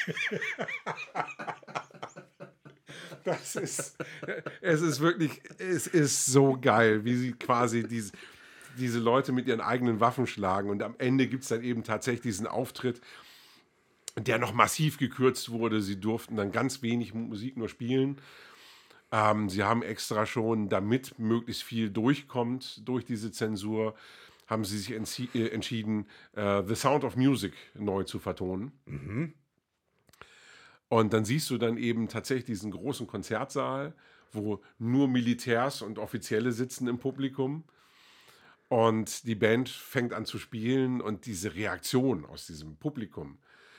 Es ist so geil, wie sie quasi diese Leute mit ihren eigenen Waffen schlagen, und am Ende gibt es dann eben tatsächlich diesen Auftritt, der noch massiv gekürzt wurde. Sie durften dann ganz wenig Musik nur spielen. Sie haben extra schon, damit möglichst viel durchkommt durch diese Zensur, haben sie sich entschieden, The Sound of Music neu zu vertonen. Und dann siehst du dann eben tatsächlich diesen großen Konzertsaal, wo nur Militärs und Offizielle sitzen im Publikum. Und die Band fängt an zu spielen, und diese Reaktion aus diesem Publikum,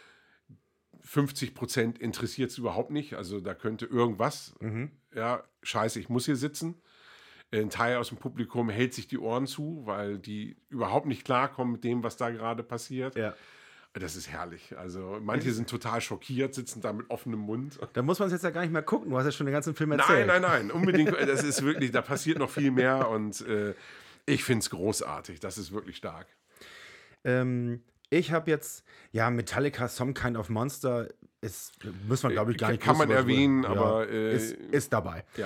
50% interessiert es überhaupt nicht. Also da könnte irgendwas, ja, scheiße, ich muss hier sitzen. Ein Teil aus dem Publikum hält sich die Ohren zu, weil die überhaupt nicht klarkommen mit dem, was da gerade passiert. Ja. Das ist herrlich. Also manche sind total schockiert, sitzen da mit offenem Mund. Da muss man es jetzt ja gar nicht mehr gucken. Du hast ja schon den ganzen Film erzählt. Nein, unbedingt. Das ist wirklich, da passiert noch viel mehr, und ich finde es großartig. Das ist wirklich stark. Ich habe jetzt, Metallica, Some Kind of Monster, muss man, glaube ich, gar nicht kann man erwähnen, aber ist dabei. Ja.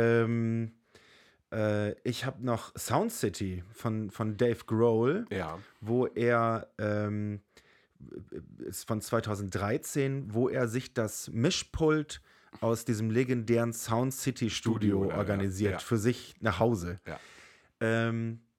Ich habe noch Sound City von Dave Grohl, wo er ist von 2013, wo er sich das Mischpult aus diesem legendären Sound City Studio organisiert, für sich nach Hause. Ja.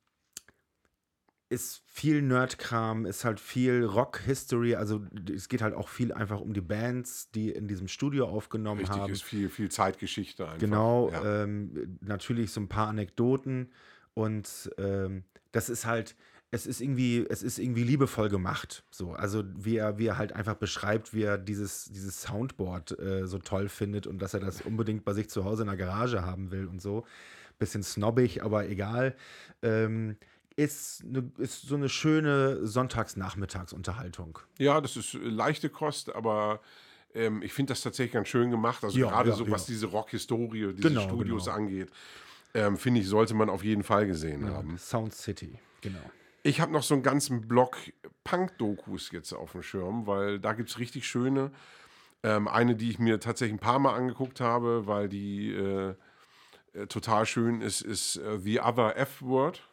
Ist viel Nerdkram, ist halt viel Rock-History, also es geht halt auch viel einfach um die Bands, die in diesem Studio aufgenommen haben. Ist viel Zeitgeschichte einfach. Genau, natürlich so ein paar Anekdoten und das ist halt, es ist irgendwie liebevoll gemacht, so, also wie er halt einfach beschreibt, wie er dieses Soundboard so toll findet und dass er das unbedingt bei sich zu Hause in der Garage haben will und so. Bisschen snobbig, aber egal. Ist so eine schöne Sonntagsnachmittagsunterhaltung. Ja, das ist leichte Kost, aber ich finde das tatsächlich ganz schön gemacht. Also gerade was diese Rock-Historie dieses Studios angeht, finde ich, sollte man auf jeden Fall gesehen haben. Sound City, genau. Ich habe noch so einen ganzen Block Punk-Dokus jetzt auf dem Schirm, weil da gibt es richtig schöne. Eine, die ich mir tatsächlich ein paar Mal angeguckt habe, weil die total schön ist The Other F-Word.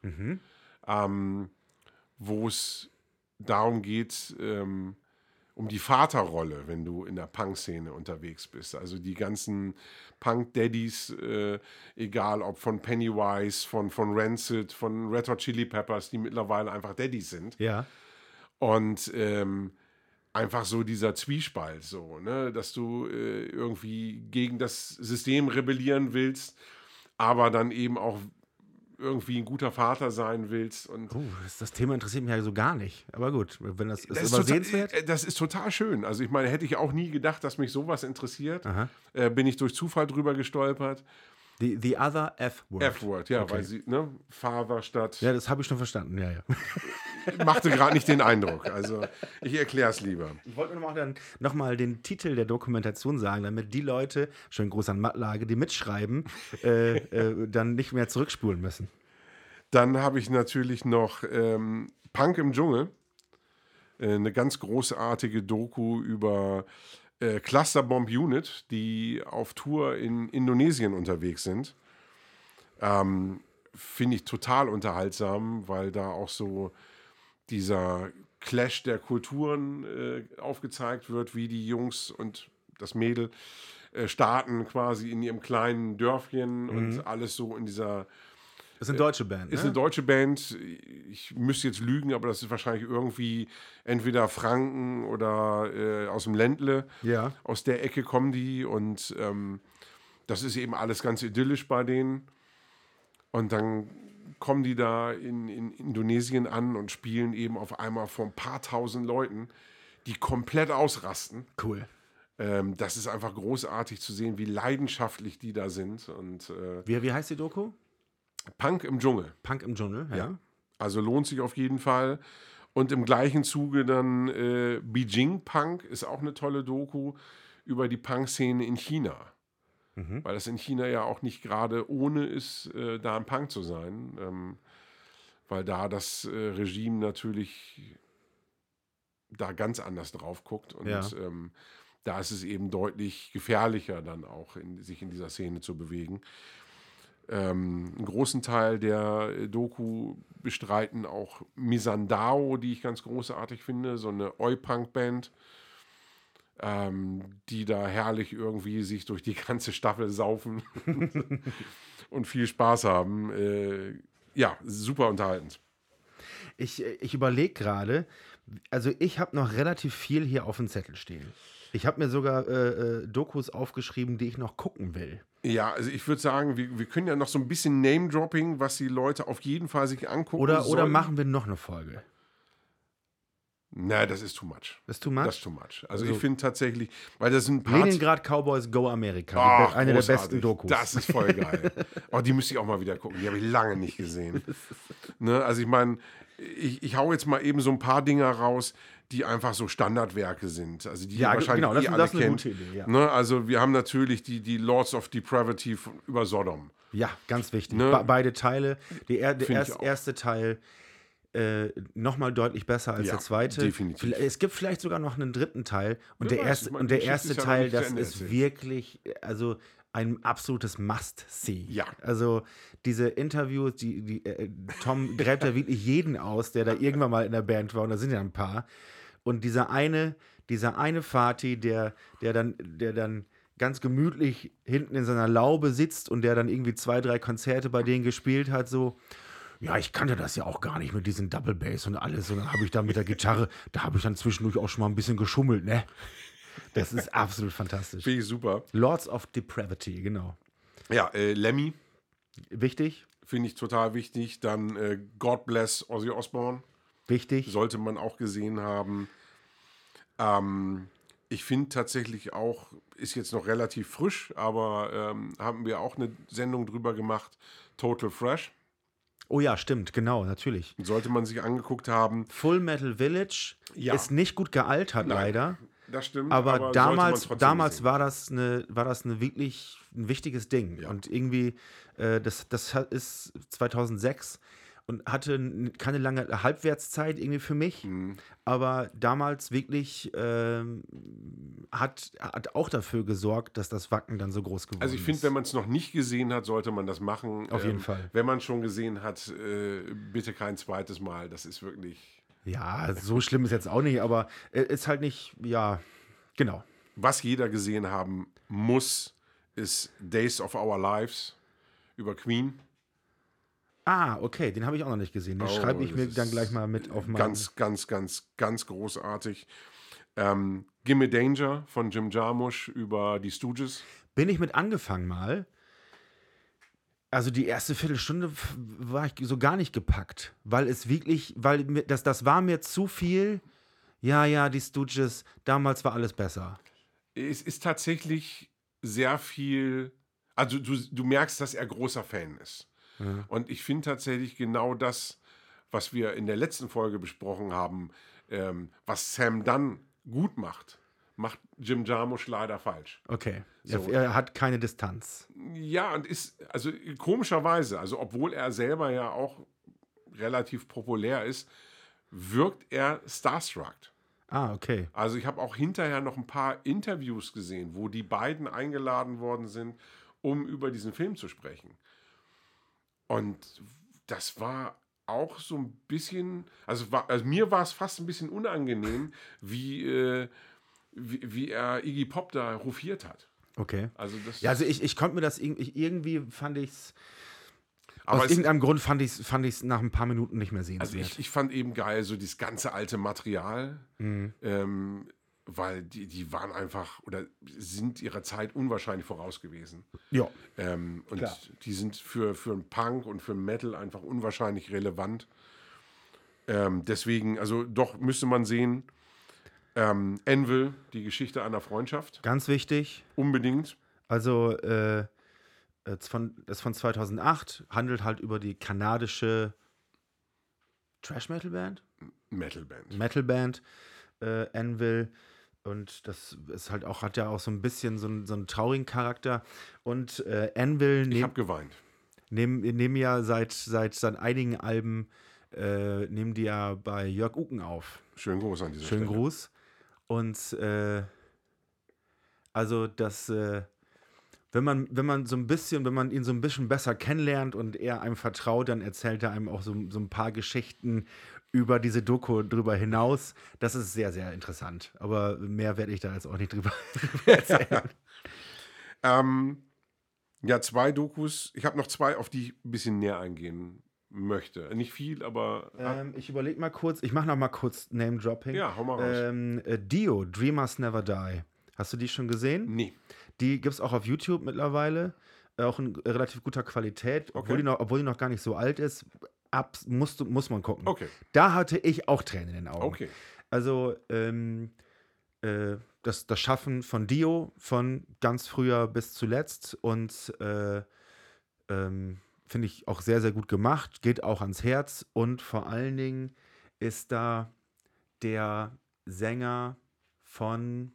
Wo es darum geht, um die Vaterrolle, wenn du in der Punk-Szene unterwegs bist. Also die ganzen Punk-Daddies, egal ob von Pennywise, von Rancid, von Red Hot Chili Peppers, die mittlerweile einfach Daddies sind. Ja. Und einfach so dieser Zwiespalt, so, ne? Dass du irgendwie gegen das System rebellieren willst, aber dann eben auch irgendwie ein guter Vater sein willst. Und das Thema interessiert mich ja so gar nicht. Aber gut, wenn das ist übersehenswert. Das ist total schön. Also ich meine, hätte ich auch nie gedacht, dass mich sowas interessiert. Bin ich durch Zufall drüber gestolpert. The Other F-Word. F-Word, ja, okay. Weil sie, ne, Father statt... Ja, das habe ich schon verstanden, ja. Machte gerade nicht den Eindruck. Also ich erkläre es lieber. Ich wollte noch mal den Titel der Dokumentation sagen, damit die Leute, schön groß an Mattlage, die mitschreiben, dann nicht mehr zurückspulen müssen. Dann habe ich natürlich noch Punk im Dschungel. Eine ganz großartige Doku über Cluster Bomb Unit, die auf Tour in Indonesien unterwegs sind. Finde ich total unterhaltsam, weil da auch so dieser Clash der Kulturen aufgezeigt wird, wie die Jungs und das Mädel starten quasi in ihrem kleinen Dörfchen und alles so in dieser... Das ist eine deutsche Band, Ist eine deutsche Band. Ich müsste jetzt lügen, aber das ist wahrscheinlich irgendwie entweder Franken oder aus dem Ländle. Ja. Aus der Ecke kommen die und das ist eben alles ganz idyllisch bei denen. Und dann kommen die da in Indonesien an und spielen eben auf einmal vor ein paar tausend Leuten, die komplett ausrasten. Cool. Das ist einfach großartig zu sehen, wie leidenschaftlich die da sind. Und, wie heißt die Doku? Punk im Dschungel. Punk im Dschungel, ja. Also lohnt sich auf jeden Fall. Und im gleichen Zuge dann Beijing Punk ist auch eine tolle Doku über die Punk-Szene in China. Weil das in China ja auch nicht gerade ohne ist, da ein Punk zu sein. Weil da das Regime natürlich da ganz anders drauf guckt. Und da ist es eben deutlich gefährlicher dann auch, sich in dieser Szene zu bewegen. Einen großen Teil der Doku bestreiten auch Misandao, die ich ganz großartig finde, so eine Oi-Punk-Band, die da herrlich irgendwie sich durch die ganze Staffel saufen und viel Spaß haben. Ja, super unterhaltend. Ich überlege gerade, also ich habe noch relativ viel hier auf dem Zettel stehen. Ich habe mir sogar Dokus aufgeschrieben, die ich noch gucken will. Ja, also ich würde sagen, wir können ja noch so ein bisschen Name-Dropping, was die Leute auf jeden Fall sich angucken Oder machen wir noch eine Folge? Nein, das ist too much. Das ist too much? Das ist too much. Also ich finde tatsächlich, weil das sind ein paar... Leningrad Cowboys Go America. Eine der besten Dokus. Das ist voll geil. Oh, die müsste ich auch mal wieder gucken. Die habe ich lange nicht gesehen. Ne? Also ich meine, ich hau jetzt mal eben so ein paar Dinger raus, die einfach so Standardwerke sind. Also die wahrscheinlich alle kennt. Das ist eine gute Idee, ja. Ne? Also wir haben natürlich die Lords of Depravity über Sodom. Ja, ganz wichtig. Ne? Beide Teile. Der erste Teil nochmal deutlich besser als der zweite. Definitiv. Es gibt vielleicht sogar noch einen dritten Teil. Und der erste Teil, das ist wirklich, also ein absolutes Must-See. Ja. Also diese Interviews, Tom gräbt ja wirklich jeden aus, der da irgendwann mal in der Band war. Und da sind ja ein paar. Und dieser eine Fatih, der dann ganz gemütlich hinten in seiner Laube sitzt und der dann irgendwie 2, 3 Konzerte bei denen gespielt hat, so, ja, ich kannte das ja auch gar nicht mit diesen Double Bass und alles. Und dann habe ich da mit der Gitarre, da habe ich dann zwischendurch auch schon mal ein bisschen geschummelt, ne? Das ist absolut fantastisch. Finde ich super. Lords of Depravity, genau. Ja, Lemmy. Wichtig? Finde ich total wichtig. Dann God Bless Ozzy Osbourne. Wichtig. Sollte man auch gesehen haben. Ich finde tatsächlich auch, ist jetzt noch relativ frisch, aber haben wir auch eine Sendung drüber gemacht, Total Fresh. Oh ja, stimmt, genau, natürlich. Sollte man sich angeguckt haben. Full Metal Village ist nicht gut gealtert, leider. Das stimmt. Aber damals war das wirklich ein wichtiges Ding. Ja. Und irgendwie, das ist 2006 und hatte keine lange Halbwertszeit irgendwie für mich. Aber damals wirklich hat auch dafür gesorgt, dass das Wacken dann so groß geworden ist. Also ich finde, wenn man es noch nicht gesehen hat, sollte man das machen. Auf jeden Fall. Wenn man es schon gesehen hat, bitte kein zweites Mal. Das ist wirklich... Ja, so schlimm ist jetzt auch nicht, aber ist halt nicht, ja, genau. Was jeder gesehen haben muss, ist Days of Our Lives über Queen. Ah, okay, den habe ich auch noch nicht gesehen. Den schreibe ich mir dann gleich mal mit auf meinen... Ganz großartig. Gimme Danger von Jim Jarmusch über die Stooges. Bin ich mit angefangen mal. Also die erste Viertelstunde war ich so gar nicht gepackt, weil das war mir zu viel. Ja, die Stooges, damals war alles besser. Es ist tatsächlich sehr viel, also du merkst, dass er großer Fan ist. Ja. Und ich finde tatsächlich genau das, was wir in der letzten Folge besprochen haben, was Sam Dunn gut macht Jim Jarmusch leider falsch. Okay. So. Er hat keine Distanz. Ja, und ist, also komischerweise, also obwohl er selber ja auch relativ populär ist, wirkt er starstruck. Ah, okay. Also ich habe auch hinterher noch ein paar Interviews gesehen, wo die beiden eingeladen worden sind, um über diesen Film zu sprechen. Und das war auch so ein bisschen, also mir war es fast ein bisschen unangenehm, wie er Iggy Pop da hofiert hat. Okay. Also ich konnte mir das irgendwie fand ich es. Aus irgendeinem Grund fand ich es nach ein paar Minuten nicht mehr sehenswert. Also ich fand eben geil, so dieses ganze alte Material, weil die waren einfach oder sind ihrer Zeit unwahrscheinlich voraus gewesen. Ja. Und klar. Die sind für einen Punk und für einen Metal einfach unwahrscheinlich relevant. Deswegen, also doch müsste man sehen, Anvil, die Geschichte einer Freundschaft. Ganz wichtig. Unbedingt. Also, das von 2008, handelt halt über die kanadische Trash-Metal-Band? Metal-Band, Anvil. Und das ist halt auch, hat ja auch so ein bisschen so einen traurigen Charakter. Und Anvil... Ich habe geweint. Nehmen ja seit einigen Alben, nehmen die ja bei Jörg Uken auf. Schönen Gruß an dieser Stelle. Schönen Gruß. Und also das, wenn man ihn so ein bisschen besser kennenlernt und er einem vertraut, dann erzählt er einem auch so ein paar Geschichten über diese Doku drüber hinaus. Das ist sehr, sehr interessant. Aber mehr werde ich da jetzt auch nicht drüber erzählen. Ja, 2 Dokus. Ich habe noch 2, auf die ich ein bisschen näher eingehen möchte. Nicht viel, aber... ich überlege mal kurz. Ich mache noch mal kurz Name-Dropping. Ja, hau mal raus. Dio, Dreamers Never Die. Hast du die schon gesehen? Nee. Die gibt es auch auf YouTube mittlerweile. Auch in relativ guter Qualität. Okay. Obwohl die noch gar nicht so alt ist. Muss man gucken. Okay. Da hatte ich auch Tränen in den Augen. Okay. Also, das Schaffen von Dio von ganz früher bis zuletzt und finde ich auch sehr, sehr gut gemacht, geht auch ans Herz und vor allen Dingen ist da der Sänger von,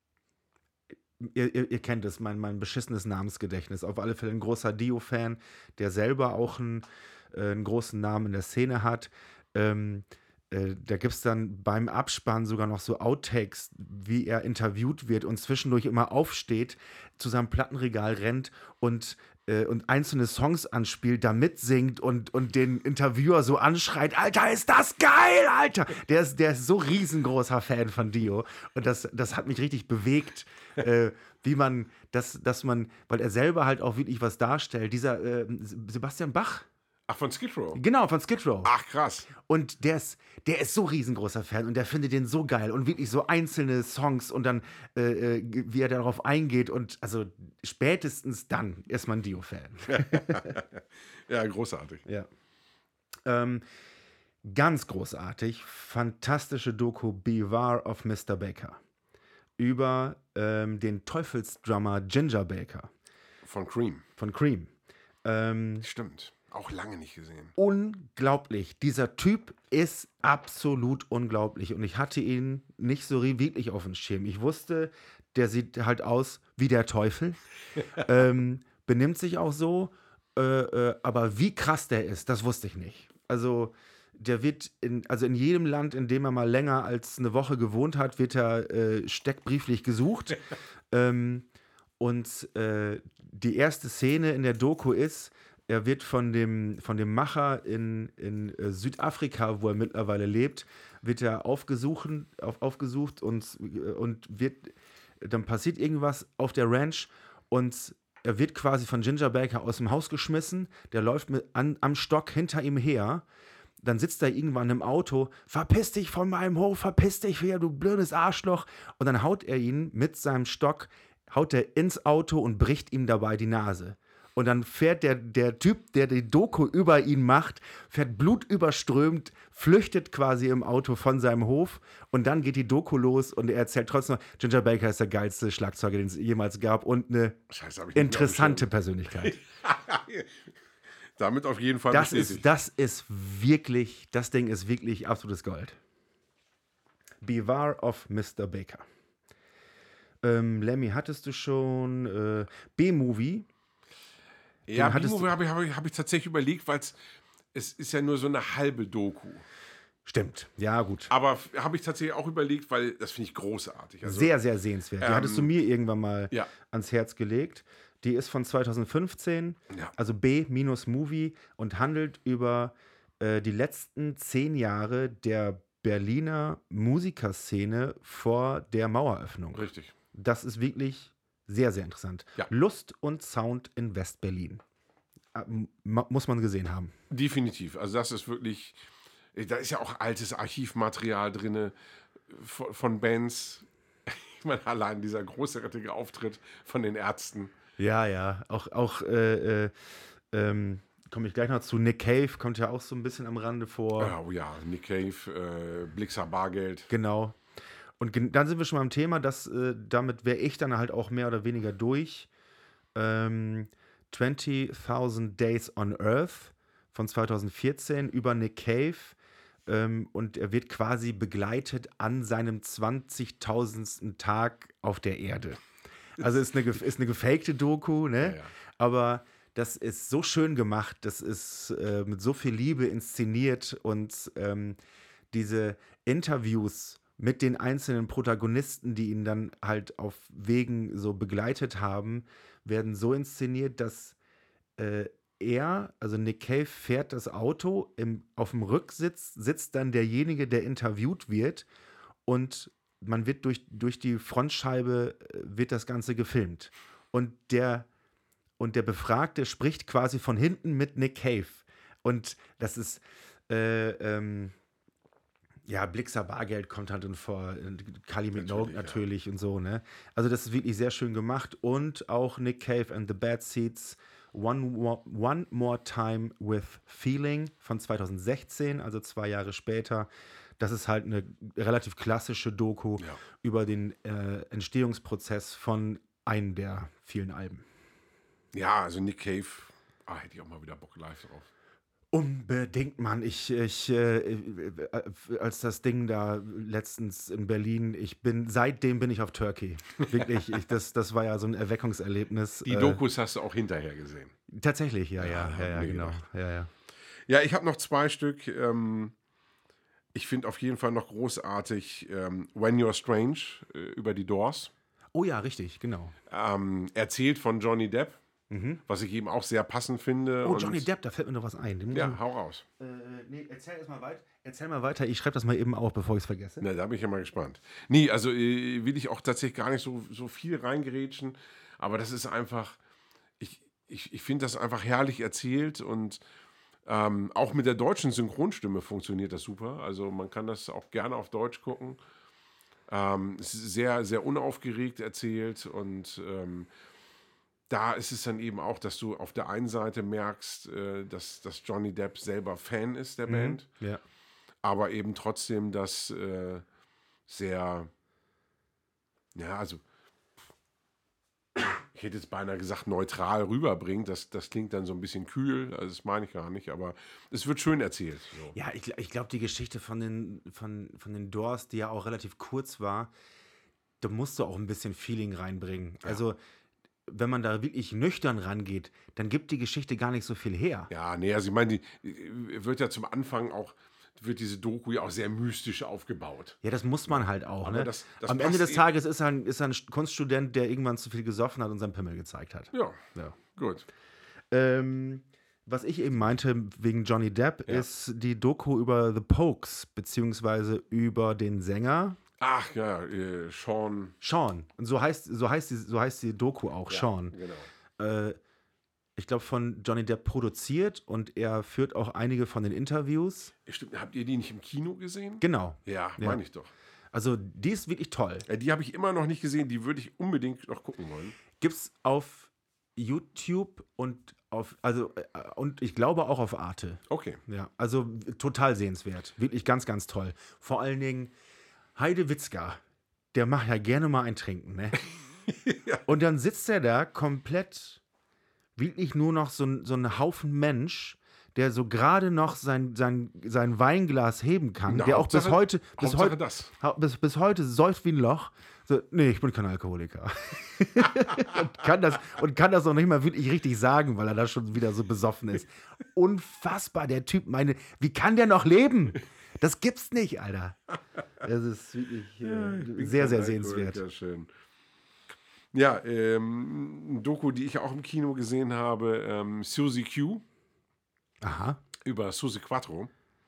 ihr kennt es, mein beschissenes Namensgedächtnis, auf alle Fälle ein großer Dio-Fan, der selber auch einen großen Namen in der Szene hat. Da gibt es dann beim Abspann sogar noch so Outtakes, wie er interviewt wird und zwischendurch immer aufsteht, zu seinem Plattenregal rennt und einzelne Songs anspielt, da mitsingt und den Interviewer so anschreit, Alter, ist das geil, Alter! Der ist so riesengroßer Fan von Dio und das hat mich richtig bewegt, wie man, weil er selber halt auch wirklich was darstellt, dieser Sebastian Bach. Ach, von Skid Row? Genau, von Skid Row. Ach, krass. Und der ist so riesengroßer Fan und der findet den so geil und wirklich so einzelne Songs und dann, wie er darauf eingeht und also spätestens dann ist man Dio-Fan. Ja, großartig. Ja. Ganz großartig, fantastische Doku Beware of Mr. Baker über den Teufelsdrummer Ginger Baker. Von Cream. Von Cream. Stimmt. Auch lange nicht gesehen. Unglaublich. Dieser Typ ist absolut unglaublich. Und ich hatte ihn nicht so wirklich auf dem Schirm. Ich wusste, der sieht halt aus wie der Teufel. Benimmt sich auch so. Aber wie krass der ist, das wusste ich nicht. Also der wird in jedem Land, in dem er mal länger als eine Woche gewohnt hat, wird er steckbrieflich gesucht. Und die erste Szene in der Doku ist, er wird von dem Macher in Südafrika, wo er mittlerweile lebt, wird er aufgesucht und dann passiert irgendwas auf der Ranch und er wird quasi von Ginger Baker aus dem Haus geschmissen. Der läuft am Stock hinter ihm her. Dann sitzt er irgendwann im Auto. Verpiss dich von meinem Hof, verpiss dich hier, du blödes Arschloch. Und dann haut er ihn mit seinem Stock, ins Auto und bricht ihm dabei die Nase. Und dann fährt der Typ, der die Doku über ihn macht, fährt blutüberströmt, flüchtet quasi im Auto von seinem Hof und dann geht die Doku los und er erzählt trotzdem noch, Ginger Baker ist der geilste Schlagzeuger, den es jemals gab und eine interessante Persönlichkeit. Damit auf jeden Fall das Ding ist wirklich absolutes Gold. Beware of Mr. Baker. Lemmy, hattest du schon B-Movie? Ja, B-Movie habe ich tatsächlich überlegt, weil es ist ja nur so eine halbe Doku. Stimmt, ja gut. Aber habe ich tatsächlich auch überlegt, weil das finde ich großartig. Also, sehr, sehr sehenswert. Die hattest du mir irgendwann mal ja. ans Herz gelegt. Die ist von 2015, also B-Movie und handelt über die letzten 10 Jahre der Berliner Musikerszene vor der Maueröffnung. Richtig. Das ist wirklich sehr, sehr interessant. Ja. Lust und Sound in West-Berlin. Muss man gesehen haben. Definitiv. Also das ist wirklich, da ist ja auch altes Archivmaterial drin von Bands. Ich meine, allein dieser großartige Auftritt von den Ärzten. Ja. Auch komme ich gleich noch zu. Nick Cave kommt ja auch so ein bisschen am Rande vor. Oh ja, Nick Cave, Blixer Bargeld. Genau. Und dann sind wir schon beim Thema, damit wäre ich dann halt auch mehr oder weniger durch. 20.000 Days on Earth von 2014 über Nick Cave. Und er wird quasi begleitet an seinem 20.000. Tag auf der Erde. Also ist eine gefakte Doku, ne? Ja. Aber das ist so schön gemacht, das ist mit so viel Liebe inszeniert und diese Interviews mit den einzelnen Protagonisten, die ihn dann halt auf Wegen so begleitet haben, werden so inszeniert, dass also Nick Cave fährt das Auto, auf dem Rücksitz sitzt dann derjenige, der interviewt wird und man wird durch die Frontscheibe wird das Ganze gefilmt. Und der Befragte spricht quasi von hinten mit Nick Cave. Und das ist Blixer Bargeld kommt halt vor, Kylie Minogue natürlich und so, ne? Also das ist wirklich sehr schön gemacht und auch Nick Cave and the Bad Seeds One More Time with Feeling von 2016, also 2 Jahre später. Das ist halt eine relativ klassische Doku über den Entstehungsprozess von einem der vielen Alben. Ja, also Nick Cave, hätte ich auch mal wieder Bock live drauf. Unbedingt, Mann. Als das Ding da letztens in Berlin, seitdem bin ich auf Turkey. Wirklich, das war ja so ein Erweckungserlebnis. Die Dokus hast du auch hinterher gesehen. Tatsächlich, ja, genau. Ja. Ja, ich habe noch 2 Stück. Ich finde auf jeden Fall noch großartig When You're Strange über die Doors. Oh ja, richtig, genau. Erzählt von Johnny Depp, was ich eben auch sehr passend finde. Oh, Johnny Depp, da fällt mir noch was ein. Ja, hau raus. Nee, erzähl mal weiter. Ich schreibe das mal eben auf, bevor ich es vergesse. Na, da bin ich ja mal gespannt. Nee, also will ich auch tatsächlich gar nicht so viel reingerätschen, aber das ist einfach, ich finde das einfach herrlich erzählt und auch mit der deutschen Synchronstimme funktioniert das super. Also man kann das auch gerne auf Deutsch gucken. Es ist sehr, sehr unaufgeregt erzählt und da ist es dann eben auch, dass du auf der einen Seite merkst, dass Johnny Depp selber Fan ist der Band, Ja. aber eben trotzdem das sehr, ja, also ich hätte jetzt beinahe gesagt, neutral rüberbringt. Das klingt dann so ein bisschen kühl, also das meine ich gar nicht, aber es wird schön erzählt. So. Ja, ich glaube, die Geschichte von den Doors, die ja auch relativ kurz war, da musst du auch ein bisschen Feeling reinbringen. Ja. Also, wenn man da wirklich nüchtern rangeht, dann gibt die Geschichte gar nicht so viel her. Ja, nee, also ich meine, die wird ja zum Anfang auch, wird diese Doku ja auch sehr mystisch aufgebaut. Ja, das muss man halt auch. Ne? Das Am Ende des Tages ist er ein Kunststudent, der irgendwann zu viel gesoffen hat und seinen Pimmel gezeigt hat. Ja. Gut. Was ich eben meinte wegen Johnny Depp, ist die Doku über The Pokes, beziehungsweise über den Sänger. Ach ja, Sean. Sean. Und so heißt die Doku auch, ja, Sean. Genau. Ich glaube, von Johnny Depp produziert und er führt auch einige von den Interviews. Stimmt, habt ihr die nicht im Kino gesehen? Genau. Ja, meine ich doch. Also die ist wirklich toll. Die habe ich immer noch nicht gesehen, die würde ich unbedingt noch gucken wollen. Gibt's auf YouTube und und ich glaube auch auf Arte. Okay. Ja, also total sehenswert. Wirklich ganz, ganz toll. Vor allen Dingen Heide Witzka, der macht ja gerne mal ein Trinken, ne? Ja. Und dann sitzt er da komplett wirklich nur noch so ein Haufen Mensch, der so gerade noch sein Weinglas heben kann, der auch bis heute säuft wie ein Loch. So, nee, ich bin kein Alkoholiker. und kann das noch nicht mal wirklich richtig sagen, weil er da schon wieder so besoffen ist. Unfassbar, der Typ, wie kann der noch leben? Das gibt's nicht, Alter. Das ist wirklich sehr, sehr sehenswert. Ja, schön. Ja, ein Doku, die ich auch im Kino gesehen habe, Suzy Q. Aha. Über Suzi Quatro.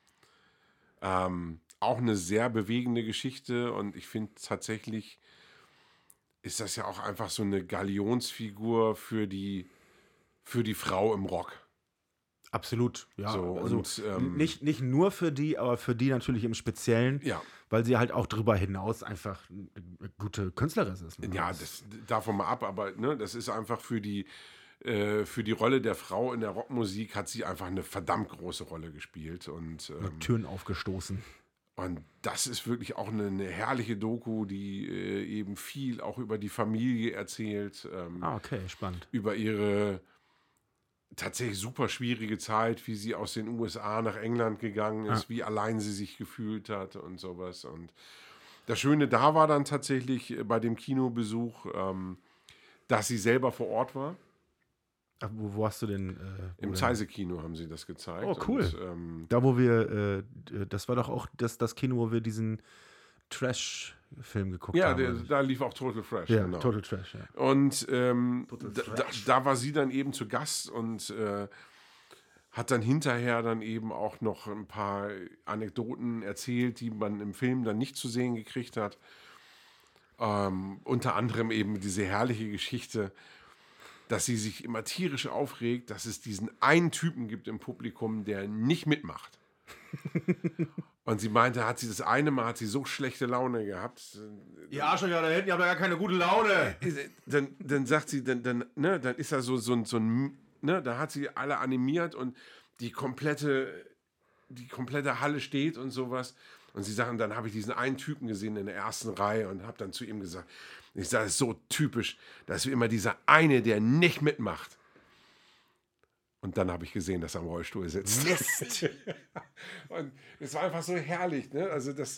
Auch eine sehr bewegende Geschichte und ich finde tatsächlich ist das ja auch einfach so eine Galionsfigur für die Frau im Rock. Absolut, ja. So, also nicht nur für die, aber für die natürlich im Speziellen, ja, weil sie halt auch darüber hinaus einfach eine gute Künstlerin ist. Ne? Ja, das davon mal ab, aber ne, das ist einfach für die Rolle der Frau in der Rockmusik hat sie einfach eine verdammt große Rolle gespielt. Und Türen aufgestoßen. Und das ist wirklich auch eine herrliche Doku, die eben viel auch über die Familie erzählt. Okay, spannend. Über ihre tatsächlich super schwierige Zeit, wie sie aus den USA nach England gegangen ist, wie allein sie sich gefühlt hat und sowas. Und das Schöne da war dann tatsächlich bei dem Kinobesuch, dass sie selber vor Ort war. Ach, wo hast du denn? Im Zeise-Kino haben sie das gezeigt. Oh, cool. Und, da, wo wir, das war doch auch das Kino, wo wir diesen Trash-Film geguckt haben. Ja, da lief auch Total Fresh. Ja, genau. Total Trash, ja. Und da war sie dann eben zu Gast und hat dann hinterher dann eben auch noch ein paar Anekdoten erzählt, die man im Film dann nicht zu sehen gekriegt hat. Unter anderem eben diese herrliche Geschichte, dass sie sich immer tierisch aufregt, dass es diesen einen Typen gibt im Publikum, der nicht mitmacht. Und sie meinte, hat sie so schlechte Laune gehabt. Ihr Arschlöcher da hinten, ihr habt ja gar keine gute Laune. Dann sagt sie, dann ist da so ein, da hat sie alle animiert und die komplette Halle steht und sowas. Und sie sagen, dann habe ich diesen einen Typen gesehen in der ersten Reihe und habe dann zu ihm gesagt, ich sage, es ist so typisch, dass immer dieser eine, der nicht mitmacht. Und dann habe ich gesehen, dass er am Rollstuhl sitzt. Mist! Und es war einfach so herrlich, ne? Also, dass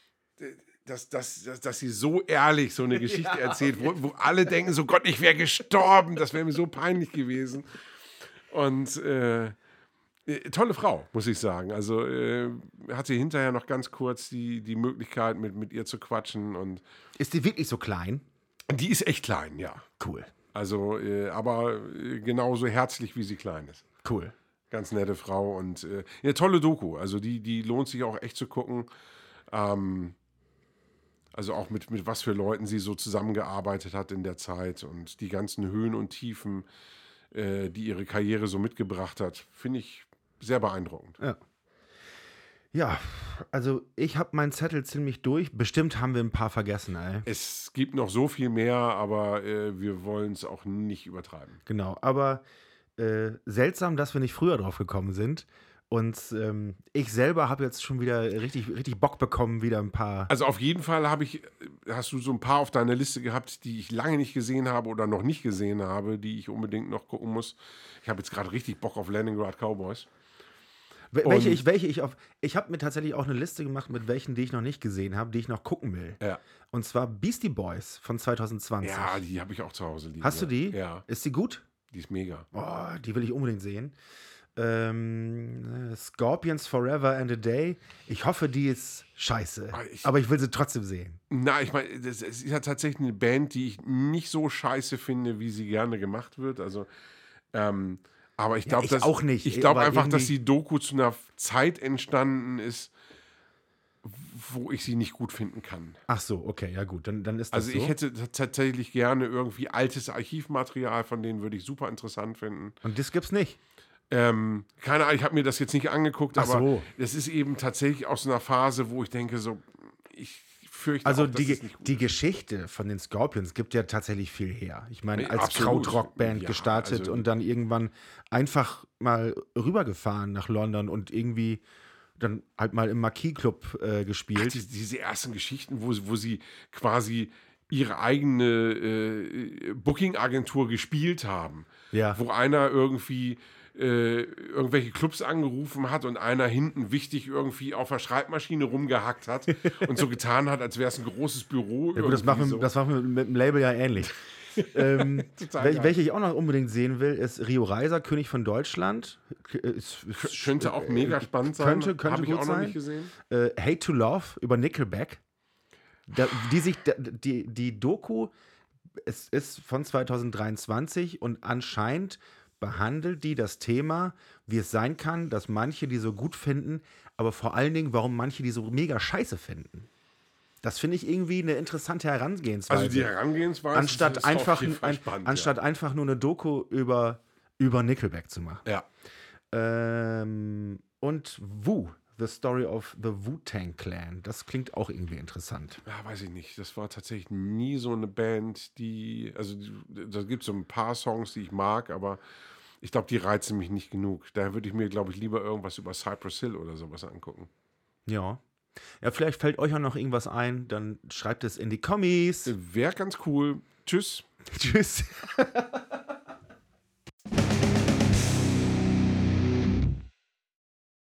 sie so ehrlich so eine Geschichte erzählt, wo alle denken, so Gott, ich wäre gestorben, das wäre mir so peinlich gewesen. Und Tolle Frau, muss ich sagen. Also hat sie hinterher noch ganz kurz die Möglichkeit, mit ihr zu quatschen. Und Ist die wirklich so klein? die ist echt klein, ja. Cool. Also, aber genauso herzlich, wie sie klein ist. Cool. Ganz nette Frau und eine tolle Doku. Also die lohnt sich auch echt zu gucken. Also auch mit was für Leuten sie so zusammengearbeitet hat in der Zeit und die ganzen Höhen und Tiefen, die ihre Karriere so mitgebracht hat, finde ich sehr beeindruckend. Ja. Ja, also ich habe meinen Zettel ziemlich durch. Bestimmt haben wir ein paar vergessen, ey. Es gibt noch so viel mehr, aber wir wollen es auch nicht übertreiben. Genau, aber seltsam, dass wir nicht früher drauf gekommen sind. Und ich selber habe jetzt schon wieder richtig Bock bekommen, wieder ein paar. Also auf jeden Fall hast du so ein paar auf deiner Liste gehabt, die ich lange nicht gesehen habe oder noch nicht gesehen habe, die ich unbedingt noch gucken muss. Ich habe jetzt gerade richtig Bock auf Leningrad Cowboys. Ich habe mir tatsächlich auch eine Liste gemacht mit welchen, die ich noch nicht gesehen habe, die ich noch gucken will. Ja. Und zwar Beastie Boys von 2020. Ja, die habe ich auch zu Hause liegen. Hast du die? Ja. Ist die gut? Die ist mega. Oh, die will ich unbedingt sehen. Scorpions Forever and a Day. Ich hoffe, die ist scheiße. Aber ich will sie trotzdem sehen. Na, ich meine, es ist ja tatsächlich eine Band, die ich nicht so scheiße finde, wie sie gerne gemacht wird. Also, aber ich glaube, auch nicht. Ich glaube einfach, irgendwie dass die Doku zu einer Zeit entstanden ist, wo ich sie nicht gut finden kann. Ach so, okay, ja gut, dann ist das Also so. ich hätte tatsächlich gerne irgendwie altes Archivmaterial, von denen würde ich super interessant finden. Und das gibt's nicht. Keine Ahnung, ich habe mir das jetzt nicht angeguckt, Ach aber so. das ist eben tatsächlich aus einer Phase, wo ich denke, so, ich fürchte Also auch, dass es nicht gut die Geschichte von den Scorpions gibt ja tatsächlich viel her. Ich meine, als Absolut. Krautrock-Band Ja, gestartet also und dann irgendwann einfach mal rübergefahren nach London und irgendwie dann halt mal im Marquis-Club gespielt. diese ersten Geschichten, wo sie quasi ihre eigene Booking-Agentur gespielt haben. Ja. Wo einer irgendwie irgendwelche Clubs angerufen hat und einer hinten wichtig irgendwie auf der Schreibmaschine rumgehackt hat und so getan hat, als wäre es ein großes Büro. Ja gut, das machen wir mit dem Label ja ähnlich. Welche ich auch noch unbedingt sehen will, ist Rio Reiser, König von Deutschland. Könnte auch mega spannend sein. Könnte Habe ich gut auch sein. noch nicht gesehen. Hate to Love über Nickelback. Die Doku ist von 2023 und anscheinend behandelt die das Thema, wie es sein kann, dass manche die so gut finden, aber vor allen Dingen, warum manche die so mega scheiße finden. Das finde ich irgendwie eine interessante Herangehensweise. Also die Herangehensweise anstatt ist einfach, auf jeden Fall spannend, anstatt einfach nur eine Doku über Nickelback zu machen. Ja. Und Wu, The Story of the Wu-Tang Clan. Das klingt auch irgendwie interessant. Ja, weiß ich nicht. Das war tatsächlich nie so eine Band, da gibt es so ein paar Songs, die ich mag, aber ich glaube, die reizen mich nicht genug. Da würde ich mir, glaube ich, lieber irgendwas über Cypress Hill oder sowas angucken. Ja. Ja, vielleicht fällt euch auch noch irgendwas ein, dann schreibt es in die Kommis. Wäre ganz cool. Tschüss. Tschüss.